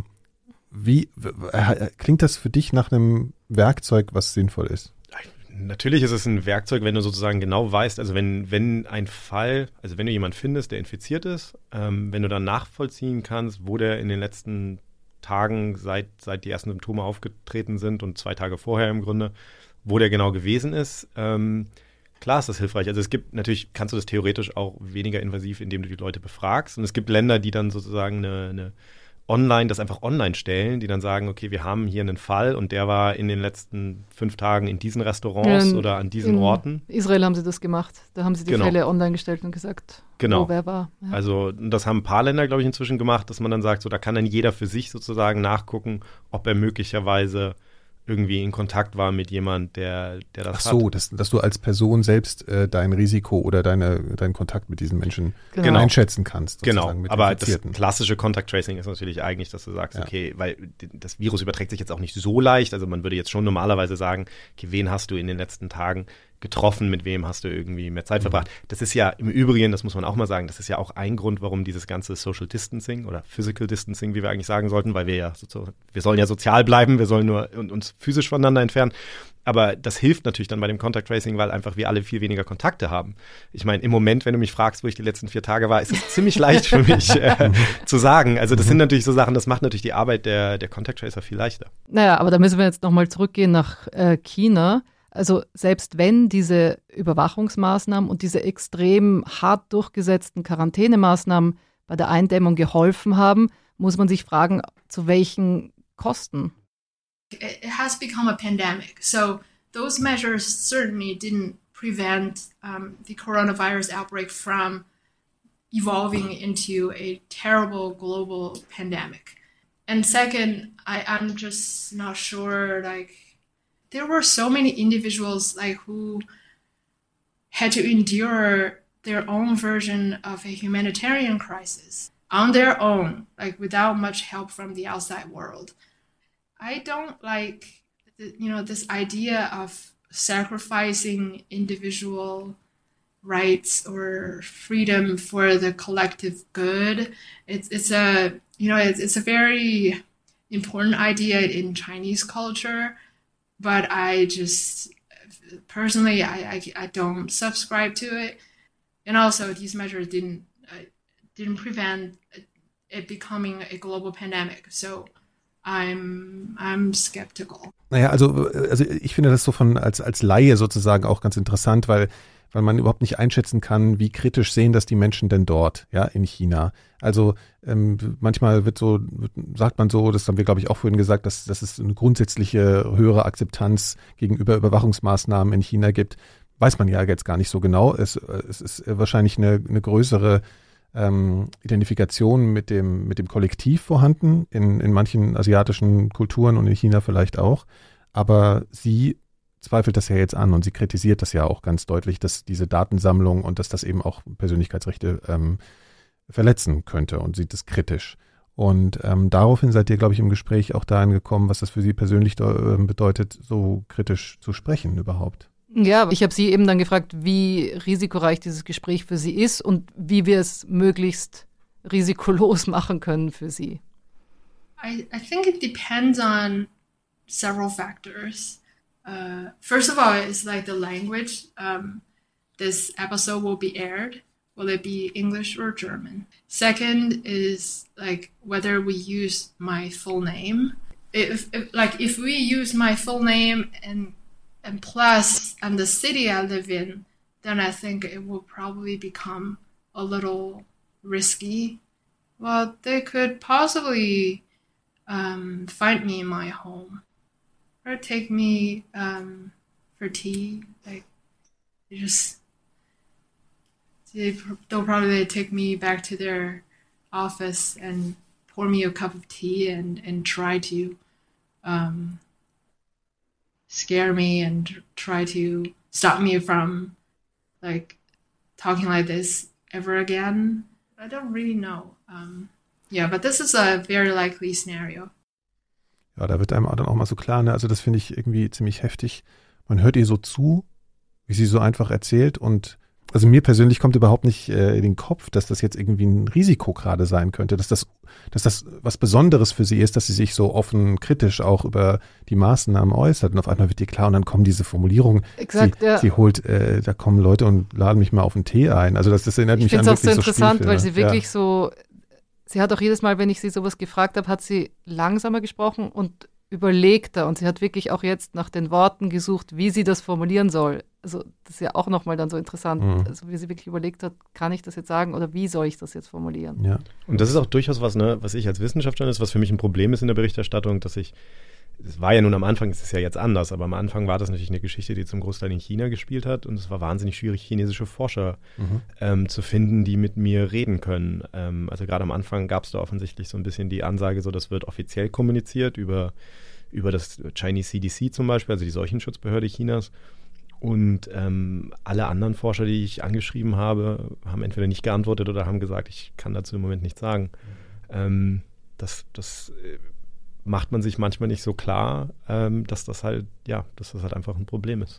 wie w- w- klingt das für dich nach einem Werkzeug, was sinnvoll ist? Natürlich ist es ein Werkzeug, wenn du sozusagen genau weißt, also wenn, wenn ein Fall, also wenn du jemanden findest, der infiziert ist, ähm, wenn du dann nachvollziehen kannst, wo der in den letzten Tagen, seit, seit die ersten Symptome aufgetreten sind und zwei Tage vorher im Grunde, wo der genau gewesen ist, ähm, klar ist das hilfreich. Also es gibt, natürlich kannst du das theoretisch auch weniger invasiv, indem du die Leute befragst. Und es gibt Länder, die dann sozusagen eine, eine online, das einfach online stellen, die dann sagen, okay, wir haben hier einen Fall und der war in den letzten fünf Tagen in diesen Restaurants In- oder an diesen In Orten. Israel haben sie das gemacht. Da haben sie die Genau. Fälle online gestellt und gesagt, Genau. wo wer war. Ja. Also das haben ein paar Länder, glaube ich, inzwischen gemacht, dass man dann sagt, so da kann dann jeder für sich sozusagen nachgucken, ob er möglicherweise irgendwie in Kontakt war mit jemand, der, der das Ach so, hat. dass, dass du als Person selbst äh, dein Risiko oder deine, deinen Kontakt mit diesen Menschen Genau. einschätzen kannst. Genau, sozusagen, mit aber das Infizierten. klassische Contact Tracing ist natürlich eigentlich, dass du sagst, Ja. okay, weil d- das Virus überträgt sich jetzt auch nicht so leicht, also man würde jetzt schon normalerweise sagen, okay, wen hast du in den letzten Tagen getroffen, mit wem hast du irgendwie mehr Zeit verbracht. Das ist ja im Übrigen, das muss man auch mal sagen, das ist ja auch ein Grund, warum dieses ganze Social Distancing oder Physical Distancing, wie wir eigentlich sagen sollten, weil wir ja so, wir sollen ja sozial bleiben, wir sollen nur uns physisch voneinander entfernen. Aber das hilft natürlich dann bei dem Contact Tracing, weil einfach wir alle viel weniger Kontakte haben. Ich meine, im Moment, wenn du mich fragst, wo ich die letzten vier Tage war, ist es ziemlich leicht für mich äh, zu sagen. Also das sind natürlich so Sachen, das macht natürlich die Arbeit der, der Contact Tracer viel leichter. Naja, aber da müssen wir jetzt nochmal zurückgehen nach äh, China. Also selbst wenn diese Überwachungsmaßnahmen und diese extrem hart durchgesetzten Quarantänemaßnahmen bei der Eindämmung geholfen haben, muss man sich fragen, zu welchen Kosten? It it has become a pandemic. So those measures certainly didn't prevent um, the coronavirus outbreak from evolving into a terrible global pandemic. And second, I, I'm just not sure, like, there were so many individuals like who had to endure their own version of a humanitarian crisis on their own, like without much help from the outside world. I don't like, the, you know, this idea of sacrificing individual rights or freedom for the collective good. It's it's a you know it's it's a very important idea in Chinese culture, but I just personally I I, I don't subscribe to it, and also these measures didn't uh, didn't prevent it becoming a global pandemic. So I'm I'm skeptical. Naja, also, also ich finde das so von als, als Laie sozusagen auch ganz interessant, weil, weil man überhaupt nicht einschätzen kann, wie kritisch sehen das die Menschen denn dort, ja, in China. Also ähm, manchmal wird so, wird, sagt man so, das haben wir, glaube ich, auch vorhin gesagt, dass, dass es eine grundsätzliche höhere Akzeptanz gegenüber Überwachungsmaßnahmen in China gibt. Weiß man ja jetzt gar nicht so genau. Es, es ist wahrscheinlich eine, eine größere ähm, Identifikation mit dem, mit dem Kollektiv vorhanden, in, in manchen asiatischen Kulturen und in China vielleicht auch. Aber sie zweifelt das ja jetzt an und sie kritisiert das ja auch ganz deutlich, dass diese Datensammlung und dass das eben auch Persönlichkeitsrechte ähm, verletzen könnte und sieht es kritisch. Und ähm, daraufhin seid ihr, glaube ich, im Gespräch auch dahin gekommen, was das für sie persönlich äh, bedeutet, so kritisch zu sprechen überhaupt. Ja, ich habe sie eben dann gefragt, wie risikoreich dieses Gespräch für sie ist und wie wir es möglichst risikolos machen können für sie. I, I think it depends on several factors. Uh, first of all, it's like the language um, this episode will be aired. Will it be English or German? Second is like whether we use my full name. If, if like if we use my full name and and plus and the city I live in, then I think it will probably become a little risky. Well, they could possibly um, find me in my home or take me um, for tea. Like, they just they, they'll probably take me back to their office and pour me a cup of tea and and try to um, scare me and try to stop me from like talking like this ever again. I don't really know. Um, yeah, but this is a very likely scenario. Ja, da wird einem dann auch mal so klar, ne? Also das finde ich irgendwie ziemlich heftig. Man hört ihr so zu, wie sie so einfach erzählt und also mir persönlich kommt überhaupt nicht äh, in den Kopf, dass das jetzt irgendwie ein Risiko gerade sein könnte, dass das, dass das was Besonderes für sie ist, dass sie sich so offen kritisch auch über die Maßnahmen äußert und auf einmal wird ihr klar und dann kommen diese Formulierungen. Exakt, sie, ja. sie holt, äh, da kommen Leute und laden mich mal auf einen Tee ein. Also das, das erinnert ich mich an wirklich so. Ich wirklich finde es auch so interessant, weil sie wirklich ja. so, sie hat auch jedes Mal, wenn ich sie sowas gefragt habe, hat sie langsamer gesprochen und überlegter und sie hat wirklich auch jetzt nach den Worten gesucht, wie sie das formulieren soll. Also das ist ja auch nochmal dann so interessant, Mhm. also wie sie wirklich überlegt hat, kann ich das jetzt sagen oder wie soll ich das jetzt formulieren? Ja. Und das ist auch durchaus was, ne, was ich als Wissenschaftler ist, was für mich ein Problem ist in der Berichterstattung, dass ich, es war ja nun am Anfang, es ist ja jetzt anders, aber am Anfang war das natürlich eine Geschichte, die zum Großteil in China gespielt hat und es war wahnsinnig schwierig, chinesische Forscher Mhm. ähm, zu finden, die mit mir reden können. Ähm, also gerade am Anfang gab es da offensichtlich so ein bisschen die Ansage, so das wird offiziell kommuniziert über, über das Chinese C D C zum Beispiel, also die Seuchenschutzbehörde Chinas. Und ähm, alle anderen Forscher, die ich angeschrieben habe, haben entweder nicht geantwortet oder haben gesagt, ich kann dazu im Moment nichts sagen. Ähm, das das äh, macht man sich manchmal nicht so klar, ähm, dass das halt, ja, dass das halt einfach ein Problem ist.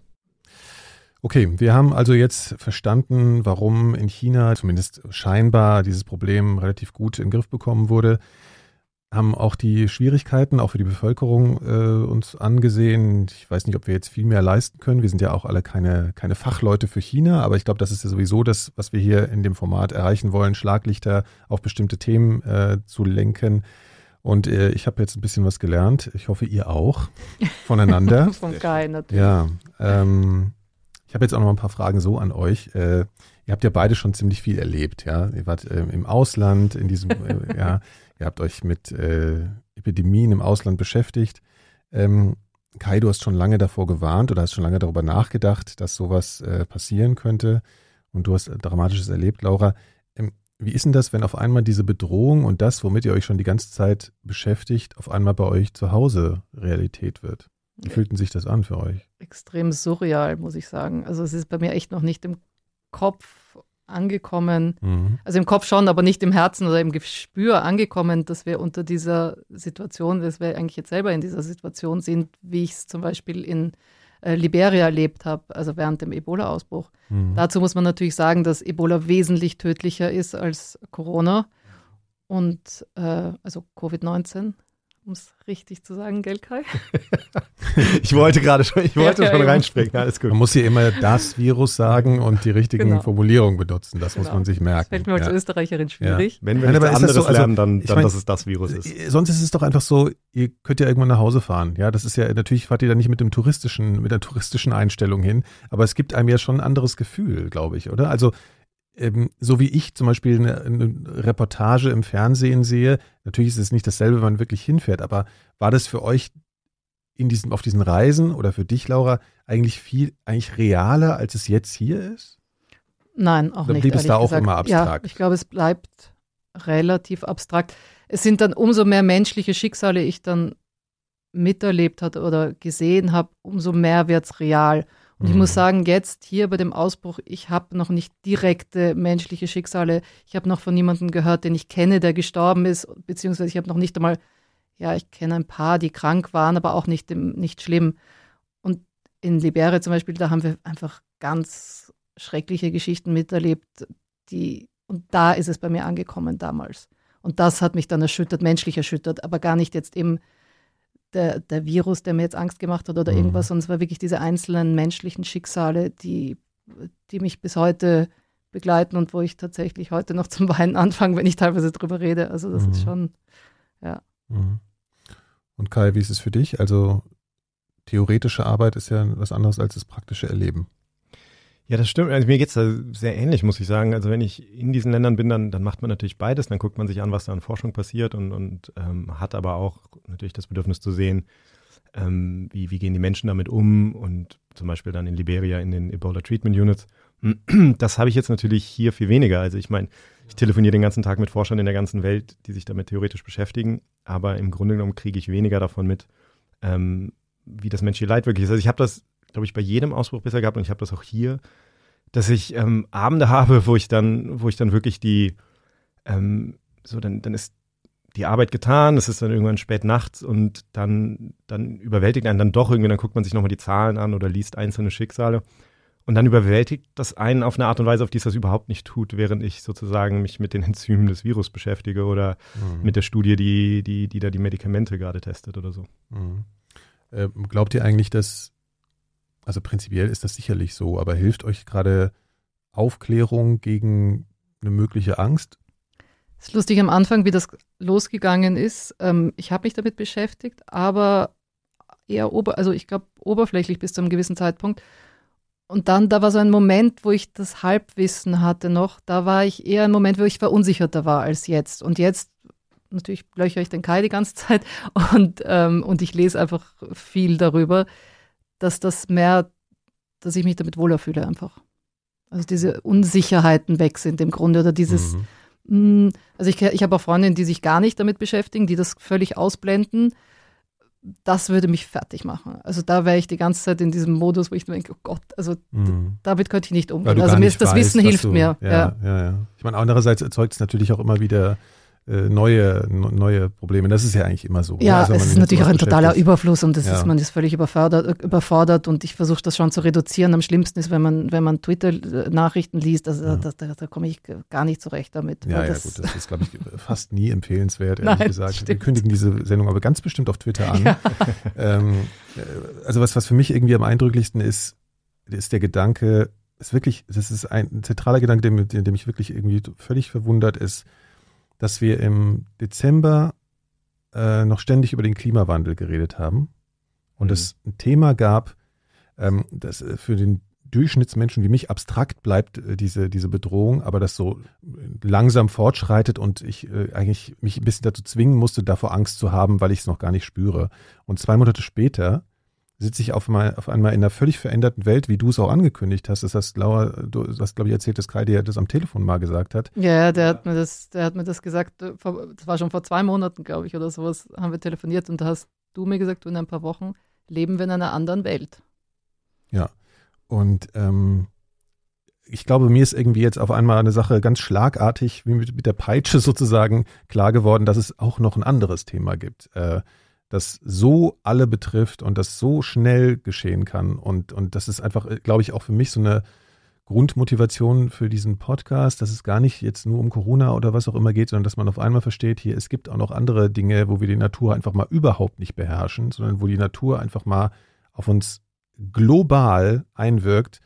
Okay, wir haben also jetzt verstanden, warum in China zumindest scheinbar dieses Problem relativ gut in den Griff bekommen wurde. Haben auch die Schwierigkeiten, auch für die Bevölkerung, äh, uns angesehen. Ich weiß nicht, ob wir jetzt viel mehr leisten können. Wir sind ja auch alle keine, keine Fachleute für China, aber ich glaube, das ist ja sowieso das, was wir hier in dem Format erreichen wollen, Schlaglichter auf bestimmte Themen äh, zu lenken. Und äh, ich habe jetzt ein bisschen was gelernt. Ich hoffe, ihr auch voneinander. Von Kai natürlich. Ja, ähm, ich habe jetzt auch noch ein paar Fragen so an euch. Äh, ihr habt ja beide schon ziemlich viel erlebt, ja. Ihr wart äh, im Ausland, in diesem, äh, ja, ihr habt euch mit äh, Epidemien im Ausland beschäftigt. Ähm, Kai, du hast schon lange davor gewarnt oder hast schon lange darüber nachgedacht, dass sowas äh, passieren könnte. Und du hast Dramatisches erlebt, Laura. Ähm, wie ist denn das, wenn auf einmal diese Bedrohung und das, womit ihr euch schon die ganze Zeit beschäftigt, auf einmal bei euch zu Hause Realität wird? Wie fühlt denn sich das an für euch? Extrem surreal, muss ich sagen. Also es ist bei mir echt noch nicht im Kopf angekommen, Mhm. also im Kopf schon, aber nicht im Herzen oder im Gespür angekommen, dass wir unter dieser Situation, dass wir eigentlich jetzt selber in dieser Situation sind, wie ich es zum Beispiel in äh, Liberia erlebt habe, also während dem Ebola-Ausbruch. Mhm. Dazu muss man natürlich sagen, dass Ebola wesentlich tödlicher ist als Corona und äh, also Covid neunzehn, um es richtig zu sagen, gell, Kai? Ich wollte gerade schon, ich wollte Ja, schon ja, reinspringen, alles gut. Man muss hier immer das Virus sagen und die richtigen Genau. Formulierungen benutzen. Das muss Genau. man sich merken. Das fällt mir als Ja. Österreicherin schwierig. Wenn wir Nein, nichts aber ist das anderes so, also, lernen, dann, ich dann mein, dass es das Virus ist. Äh, Sonst ist es doch einfach so, ihr könnt ja irgendwann nach Hause fahren. Ja, das ist ja, natürlich fahrt ihr da nicht mit dem touristischen, mit der touristischen Einstellung hin, aber es gibt einem ja schon ein anderes Gefühl, glaube ich, oder? Also, ähm, so wie ich zum Beispiel eine, eine Reportage im Fernsehen sehe, natürlich ist es nicht dasselbe, wenn man wirklich hinfährt, aber war das für euch in diesen, auf diesen Reisen oder für dich, Laura, eigentlich viel, eigentlich realer, als es jetzt hier ist? Nein, auch Oder nicht. blieb es ehrlich da auch gesagt. immer abstrakt? Ja, ich glaube, es bleibt relativ abstrakt. Es sind dann umso mehr menschliche Schicksale ich dann miterlebt habe oder gesehen habe, umso mehr wird es real. Und ich Mhm. muss sagen, jetzt hier bei dem Ausbruch, ich habe noch nicht direkte menschliche Schicksale. Ich habe noch von niemandem gehört, den ich kenne, der gestorben ist, beziehungsweise ich habe noch nicht einmal, ja, ich kenne ein paar, die krank waren, aber auch nicht, nicht schlimm. Und in Liberia zum Beispiel, da haben wir einfach ganz schreckliche Geschichten miterlebt, die, und da ist es bei mir angekommen damals. Und das hat mich dann erschüttert, menschlich erschüttert, aber gar nicht jetzt eben der, der Virus, der mir jetzt Angst gemacht hat oder Mhm. irgendwas, sondern es war wirklich diese einzelnen menschlichen Schicksale, die, die mich bis heute begleiten und wo ich tatsächlich heute noch zum Weinen anfange, wenn ich teilweise drüber rede. Also das Mhm. ist schon, ja. Mhm. Und Kai, wie ist es für dich? Also theoretische Arbeit ist ja was anderes als das praktische Erleben. Ja, das stimmt. Also mir geht's da sehr ähnlich, muss ich sagen. Also wenn ich in diesen Ländern bin, dann, dann macht man natürlich beides. Dann guckt man sich an, was da an Forschung passiert und, und ähm, hat aber auch natürlich das Bedürfnis zu sehen, ähm, wie, wie gehen die Menschen damit um und zum Beispiel dann in Liberia in den Ebola Treatment Units. Das habe ich jetzt natürlich hier viel weniger. Also ich meine, ich telefoniere den ganzen Tag mit Forschern in der ganzen Welt, die sich damit theoretisch beschäftigen, aber im Grunde genommen kriege ich weniger davon mit, ähm, wie das menschliche Leid wirklich ist. Also ich habe das, glaube ich, bei jedem Ausbruch bisher gehabt und ich habe das auch hier, dass ich ähm, Abende habe, wo ich dann, wo ich dann wirklich die, ähm, so dann, dann ist die Arbeit getan, es ist dann irgendwann spät nachts und dann, dann überwältigt einen dann doch irgendwie, dann guckt man sich nochmal die Zahlen an oder liest einzelne Schicksale und dann überwältigt das einen auf eine Art und Weise, auf die es das überhaupt nicht tut, während ich sozusagen mich mit den Enzymen des Virus beschäftige oder mhm. mit der Studie, die, die, die da die Medikamente gerade testet oder so. Mhm. Äh, glaubt ihr eigentlich, dass, also prinzipiell ist das sicherlich so, aber hilft euch gerade Aufklärung gegen eine mögliche Angst? Es ist lustig am Anfang, wie das losgegangen ist. Ähm, ich habe mich damit beschäftigt, aber eher ober, also ich glaube oberflächlich bis zu einem gewissen Zeitpunkt. Und dann, da war so ein Moment, wo ich das Halbwissen hatte noch. Da war ich eher ein Moment, wo ich verunsicherter war als jetzt. Und jetzt, natürlich löchere ich den Kai die ganze Zeit und, ähm, und ich lese einfach viel darüber, dass das mehr, dass ich mich damit wohler fühle einfach. Also diese Unsicherheiten weg sind im Grunde oder dieses... Mhm. Also ich, ich habe auch Freundinnen, die sich gar nicht damit beschäftigen, die das völlig ausblenden. Das würde mich fertig machen. Also da wäre ich die ganze Zeit in diesem Modus, wo ich denke, oh Gott, also mhm. damit könnte ich nicht umgehen. Also mir ist das Wissen hilft du, mir. Ja, ja. Ja, ja. Ich meine, andererseits erzeugt es natürlich auch immer wieder äh, neue, neue Probleme. Das ist ja eigentlich immer so. Ja, also, es ist natürlich auch ein totaler Überfluss und das ja. ist, man ist völlig überfordert, überfordert und ich versuche das schon zu reduzieren. Am schlimmsten ist, wenn man, wenn man Twitter-Nachrichten liest, also, ja. da, da, da komme ich gar nicht zurecht damit. Ja, ja, das gut, das ist, glaube ich, fast nie empfehlenswert, ehrlich Nein, gesagt. stimmt. Wir kündigen diese Sendung aber ganz bestimmt auf Twitter an. Ja. Ähm, also was, was für mich irgendwie am eindrücklichsten ist, ist der Gedanke, ist wirklich, das ist ein zentraler Gedanke, der, der, der mich wirklich irgendwie völlig verwundert ist, dass wir im Dezember äh, noch ständig über den Klimawandel geredet haben und mhm. es ein Thema gab, ähm, das für den Durchschnittsmenschen wie mich abstrakt bleibt, äh, diese, diese Bedrohung, aber das so langsam fortschreitet und ich äh, eigentlich mich ein bisschen dazu zwingen musste, davor Angst zu haben, weil ich es noch gar nicht spüre. Und zwei Monate später sitze ich auf einmal, auf einmal in einer völlig veränderten Welt, wie du es auch angekündigt hast. Das hast Laura, du hast, glaube ich, erzählt, dass Kai dir das am Telefon mal gesagt hat. Ja, der hat mir das, der hat mir das gesagt, das war schon vor zwei Monaten, glaube ich, oder sowas, haben wir telefoniert und da hast du mir gesagt, du in ein paar Wochen leben wir in einer anderen Welt. Ja, und ähm, ich glaube, mir ist irgendwie jetzt auf einmal eine Sache ganz schlagartig, wie mit, mit der Peitsche sozusagen, klar geworden, dass es auch noch ein anderes Thema gibt. Äh, das so alle betrifft und das so schnell geschehen kann. Und, und das ist einfach, glaube ich, auch für mich so eine Grundmotivation für diesen Podcast, dass es gar nicht jetzt nur um Corona oder was auch immer geht, sondern dass man auf einmal versteht, hier, es gibt auch noch andere Dinge, wo wir die Natur einfach mal überhaupt nicht beherrschen, sondern wo die Natur einfach mal auf uns global einwirkt,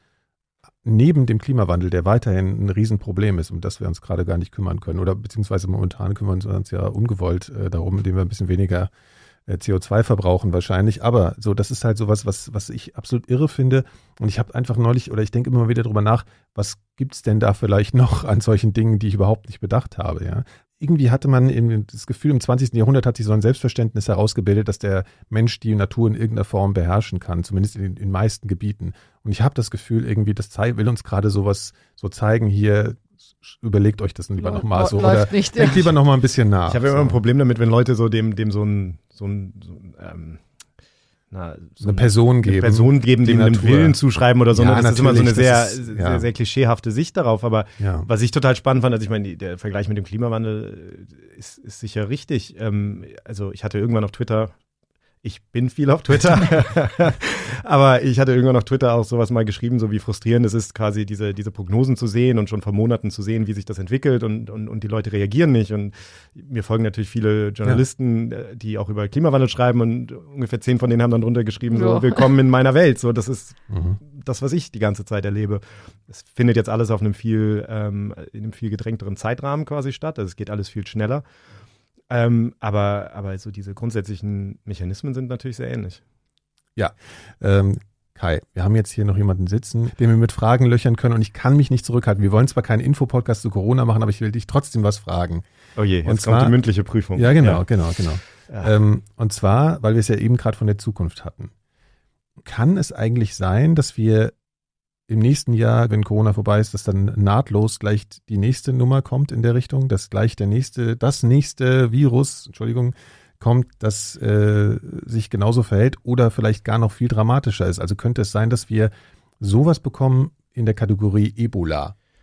neben dem Klimawandel, der weiterhin ein Riesenproblem ist, um das wir uns gerade gar nicht kümmern können. Oder beziehungsweise momentan kümmern wir uns ja ungewollt äh, darum, indem wir ein bisschen weniger C O zwei verbrauchen wahrscheinlich, aber so, das ist halt sowas, was, was ich absolut irre finde und ich habe einfach neulich, oder ich denke immer wieder drüber nach, was gibt's denn da vielleicht noch an solchen Dingen, die ich überhaupt nicht bedacht habe, ja. Irgendwie hatte man eben das Gefühl, im zwanzigsten Jahrhundert hat sich so ein Selbstverständnis herausgebildet, dass der Mensch die Natur in irgendeiner Form beherrschen kann, zumindest in den meisten Gebieten. Und ich habe das Gefühl, irgendwie, das will uns gerade sowas so zeigen, hier, überlegt euch das lieber nochmal so oder nicht, denkt ja. lieber nochmal ein bisschen nach. Ich habe ja so. immer ein Problem damit, wenn Leute so dem, dem so ein, so ein, so ein ähm, na, so eine Person geben, eine Person geben, dem einen Willen zuschreiben oder so. Ja, das ist immer so eine sehr, ist, sehr, ja. sehr klischeehafte Sicht darauf. Aber ja. was ich total spannend fand, also ich meine, die, der Vergleich mit dem Klimawandel ist, ist sicher richtig. Ähm, also ich hatte irgendwann auf Twitter, ich bin viel auf Twitter, aber ich hatte irgendwann auf Twitter auch sowas mal geschrieben, so wie frustrierend es ist, quasi diese, diese Prognosen zu sehen und schon vor Monaten zu sehen, wie sich das entwickelt und, und, und die Leute reagieren nicht. Und mir folgen natürlich viele Journalisten, ja. die auch über Klimawandel schreiben und ungefähr zehn von denen haben dann drunter geschrieben, so, ja. willkommen in meiner Welt. So, das ist mhm. das, was ich die ganze Zeit erlebe. Es findet jetzt alles auf einem viel, ähm, in einem viel gedrängteren Zeitrahmen quasi statt. Also es geht alles viel schneller. Ähm, aber, aber so diese grundsätzlichen Mechanismen sind natürlich sehr ähnlich. Ja, ähm, Kai, wir haben jetzt hier noch jemanden sitzen, den wir mit Fragen löchern können und ich kann mich nicht zurückhalten. Wir wollen zwar keinen Infopodcast zu Corona machen, aber ich will dich trotzdem was fragen. Oh je, jetzt und zwar, kommt die mündliche Prüfung. Ja, genau, ja. genau, genau. Ja. Ähm, und zwar, weil wir es ja eben gerade von der Zukunft hatten. Kann es eigentlich sein, dass wir im nächsten Jahr, wenn Corona vorbei ist, dass dann nahtlos gleich die nächste Nummer kommt in der Richtung, dass gleich der nächste, das nächste Virus, Entschuldigung, kommt, das äh, sich genauso verhält oder vielleicht gar noch viel dramatischer ist. Also könnte es sein, dass wir sowas bekommen in der Kategorie Ebola?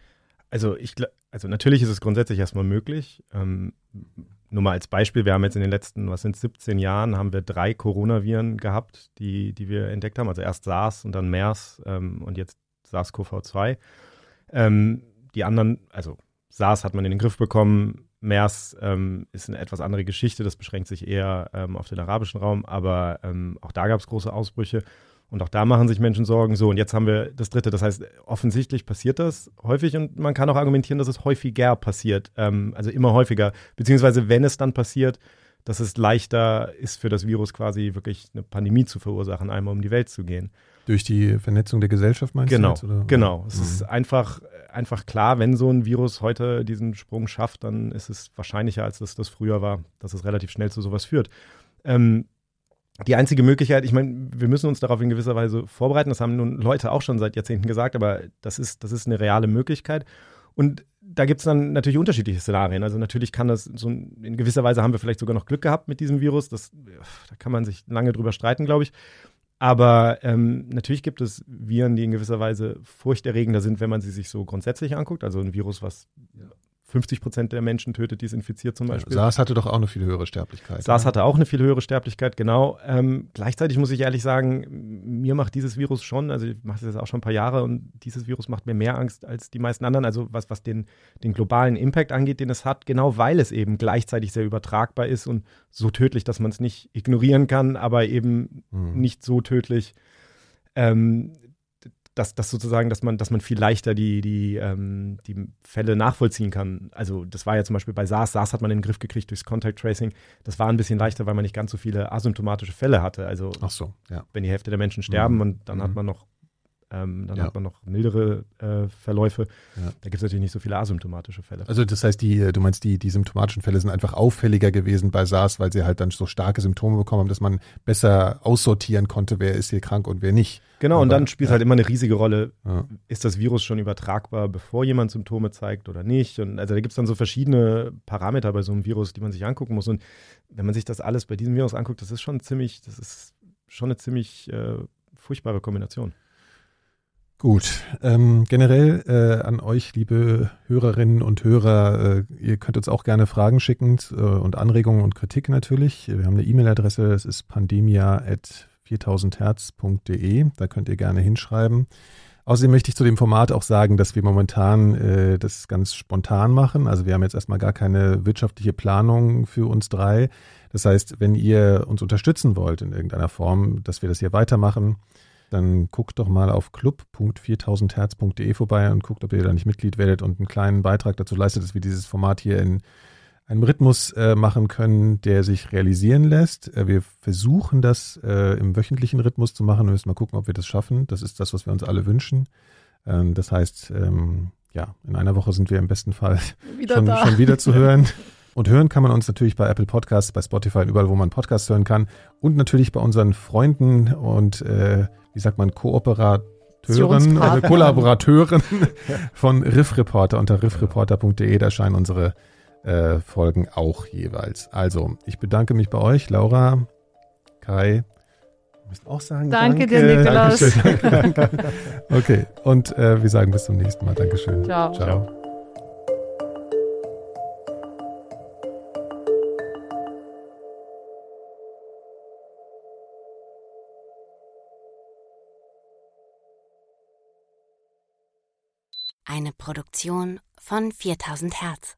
Also ich, also natürlich ist es grundsätzlich erstmal möglich. Ähm, nur mal als Beispiel, wir haben jetzt in den letzten, was sind siebzehn Jahren, haben wir drei Coronaviren gehabt, die, die wir entdeckt haben. Also erst SARS und dann MERS ähm, und jetzt SARS-C o V zwei. Ähm, die anderen, also SARS hat man in den Griff bekommen, MERS ähm, ist eine etwas andere Geschichte, das beschränkt sich eher ähm, auf den arabischen Raum, aber ähm, auch da gab es große Ausbrüche und auch da machen sich Menschen Sorgen. So, und jetzt haben wir das Dritte, das heißt, offensichtlich passiert das häufig und man kann auch argumentieren, dass es häufiger passiert, ähm, also immer häufiger, beziehungsweise wenn es dann passiert, dass es leichter ist für das Virus quasi wirklich eine Pandemie zu verursachen, einmal um die Welt zu gehen. Durch die Vernetzung der Gesellschaft meinst genau, du jetzt? Oder? Genau, es mhm. ist einfach, einfach klar, wenn so ein Virus heute diesen Sprung schafft, dann ist es wahrscheinlicher, als es das früher war, dass es relativ schnell zu sowas führt. Ähm, die einzige Möglichkeit, ich meine, wir müssen uns darauf in gewisser Weise vorbereiten, das haben nun Leute auch schon seit Jahrzehnten gesagt, aber das ist, das ist eine reale Möglichkeit. Und da gibt es dann natürlich unterschiedliche Szenarien. Also natürlich kann das so in gewisser Weise haben wir vielleicht sogar noch Glück gehabt mit diesem Virus. Das, da kann man sich lange drüber streiten, glaube ich. Aber ähm, natürlich gibt es Viren, die in gewisser Weise furchterregender sind, wenn man sie sich so grundsätzlich anguckt. Also ein Virus, was fünfzig Prozent der Menschen tötet, die es infiziert zum Beispiel. Ja, SARS hatte doch auch eine viel höhere Sterblichkeit. SARS oder? hatte auch eine viel höhere Sterblichkeit, genau. Ähm, gleichzeitig muss ich ehrlich sagen, mir macht dieses Virus schon, also ich mache das jetzt auch schon ein paar Jahre und dieses Virus macht mir mehr Angst als die meisten anderen. Also was, was den, den globalen Impact angeht, den es hat, genau weil es eben gleichzeitig sehr übertragbar ist und so tödlich, dass man es nicht ignorieren kann, aber eben hm. nicht so tödlich, ähm, dass, dass sozusagen, dass man, dass man viel leichter die, die, ähm, die Fälle nachvollziehen kann. Also das war ja zum Beispiel bei SARS. SARS hat man in den Griff gekriegt durchs Contact Tracing. Das war ein bisschen leichter, weil man nicht ganz so viele asymptomatische Fälle hatte. Also Ach so, ja. wenn die Hälfte der Menschen sterben mhm. und dann mhm. hat man noch Ähm, dann ja. hat man noch mildere äh, Verläufe. Ja. Da gibt es natürlich nicht so viele asymptomatische Fälle. Also das heißt, die, du meinst, die, die symptomatischen Fälle sind einfach auffälliger gewesen bei SARS, weil sie halt dann so starke Symptome bekommen haben, dass man besser aussortieren konnte, wer ist hier krank und wer nicht. Genau, Aber, und dann spielt ja. halt immer eine riesige Rolle, ja. ist das Virus schon übertragbar, bevor jemand Symptome zeigt oder nicht. Und also da gibt es dann so verschiedene Parameter bei so einem Virus, die man sich angucken muss. Und wenn man sich das alles bei diesem Virus anguckt, das ist schon ziemlich, das ist schon eine ziemlich äh, furchtbare Kombination. Gut, ähm, generell äh, an euch, liebe Hörerinnen und Hörer, äh, ihr könnt uns auch gerne Fragen schicken äh, und Anregungen und Kritik natürlich. Wir haben eine E-Mail-Adresse, das ist pandemia at viertausend hertz punkt de, da könnt ihr gerne hinschreiben. Außerdem möchte ich zu dem Format auch sagen, dass wir momentan äh, das ganz spontan machen. Also wir haben jetzt erstmal gar keine wirtschaftliche Planung für uns drei. Das heißt, wenn ihr uns unterstützen wollt in irgendeiner Form, dass wir das hier weitermachen, dann guckt doch mal auf club punkt viertausend hertz punkt de vorbei und guckt, ob ihr da nicht Mitglied werdet und einen kleinen Beitrag dazu leistet, dass wir dieses Format hier in einem Rhythmus äh, machen können, der sich realisieren lässt. Äh, wir versuchen das äh, im wöchentlichen Rhythmus zu machen. Wir müssen mal gucken, ob wir das schaffen. Das ist das, was wir uns alle wünschen. Ähm, das heißt, ähm, ja, in einer Woche sind wir im besten Fall wieder schon, da. schon wieder zu hören. Und hören kann man uns natürlich bei Apple Podcasts, bei Spotify, überall, wo man Podcasts hören kann. Und natürlich bei unseren Freunden und, äh, wie sagt man, Kooperateuren, äh, Kollaborateuren von Riff Reporter unter riff reporter punkt de. Da erscheinen unsere äh, Folgen auch jeweils. Also, ich bedanke mich bei euch, Laura, Kai. Wir müssen auch sagen, danke. Danke dir, Nikolaus. Dankeschön, danke, danke. Okay, und äh, wir sagen bis zum nächsten Mal. Dankeschön. Ciao. Ciao. Eine Produktion von viertausend Hertz.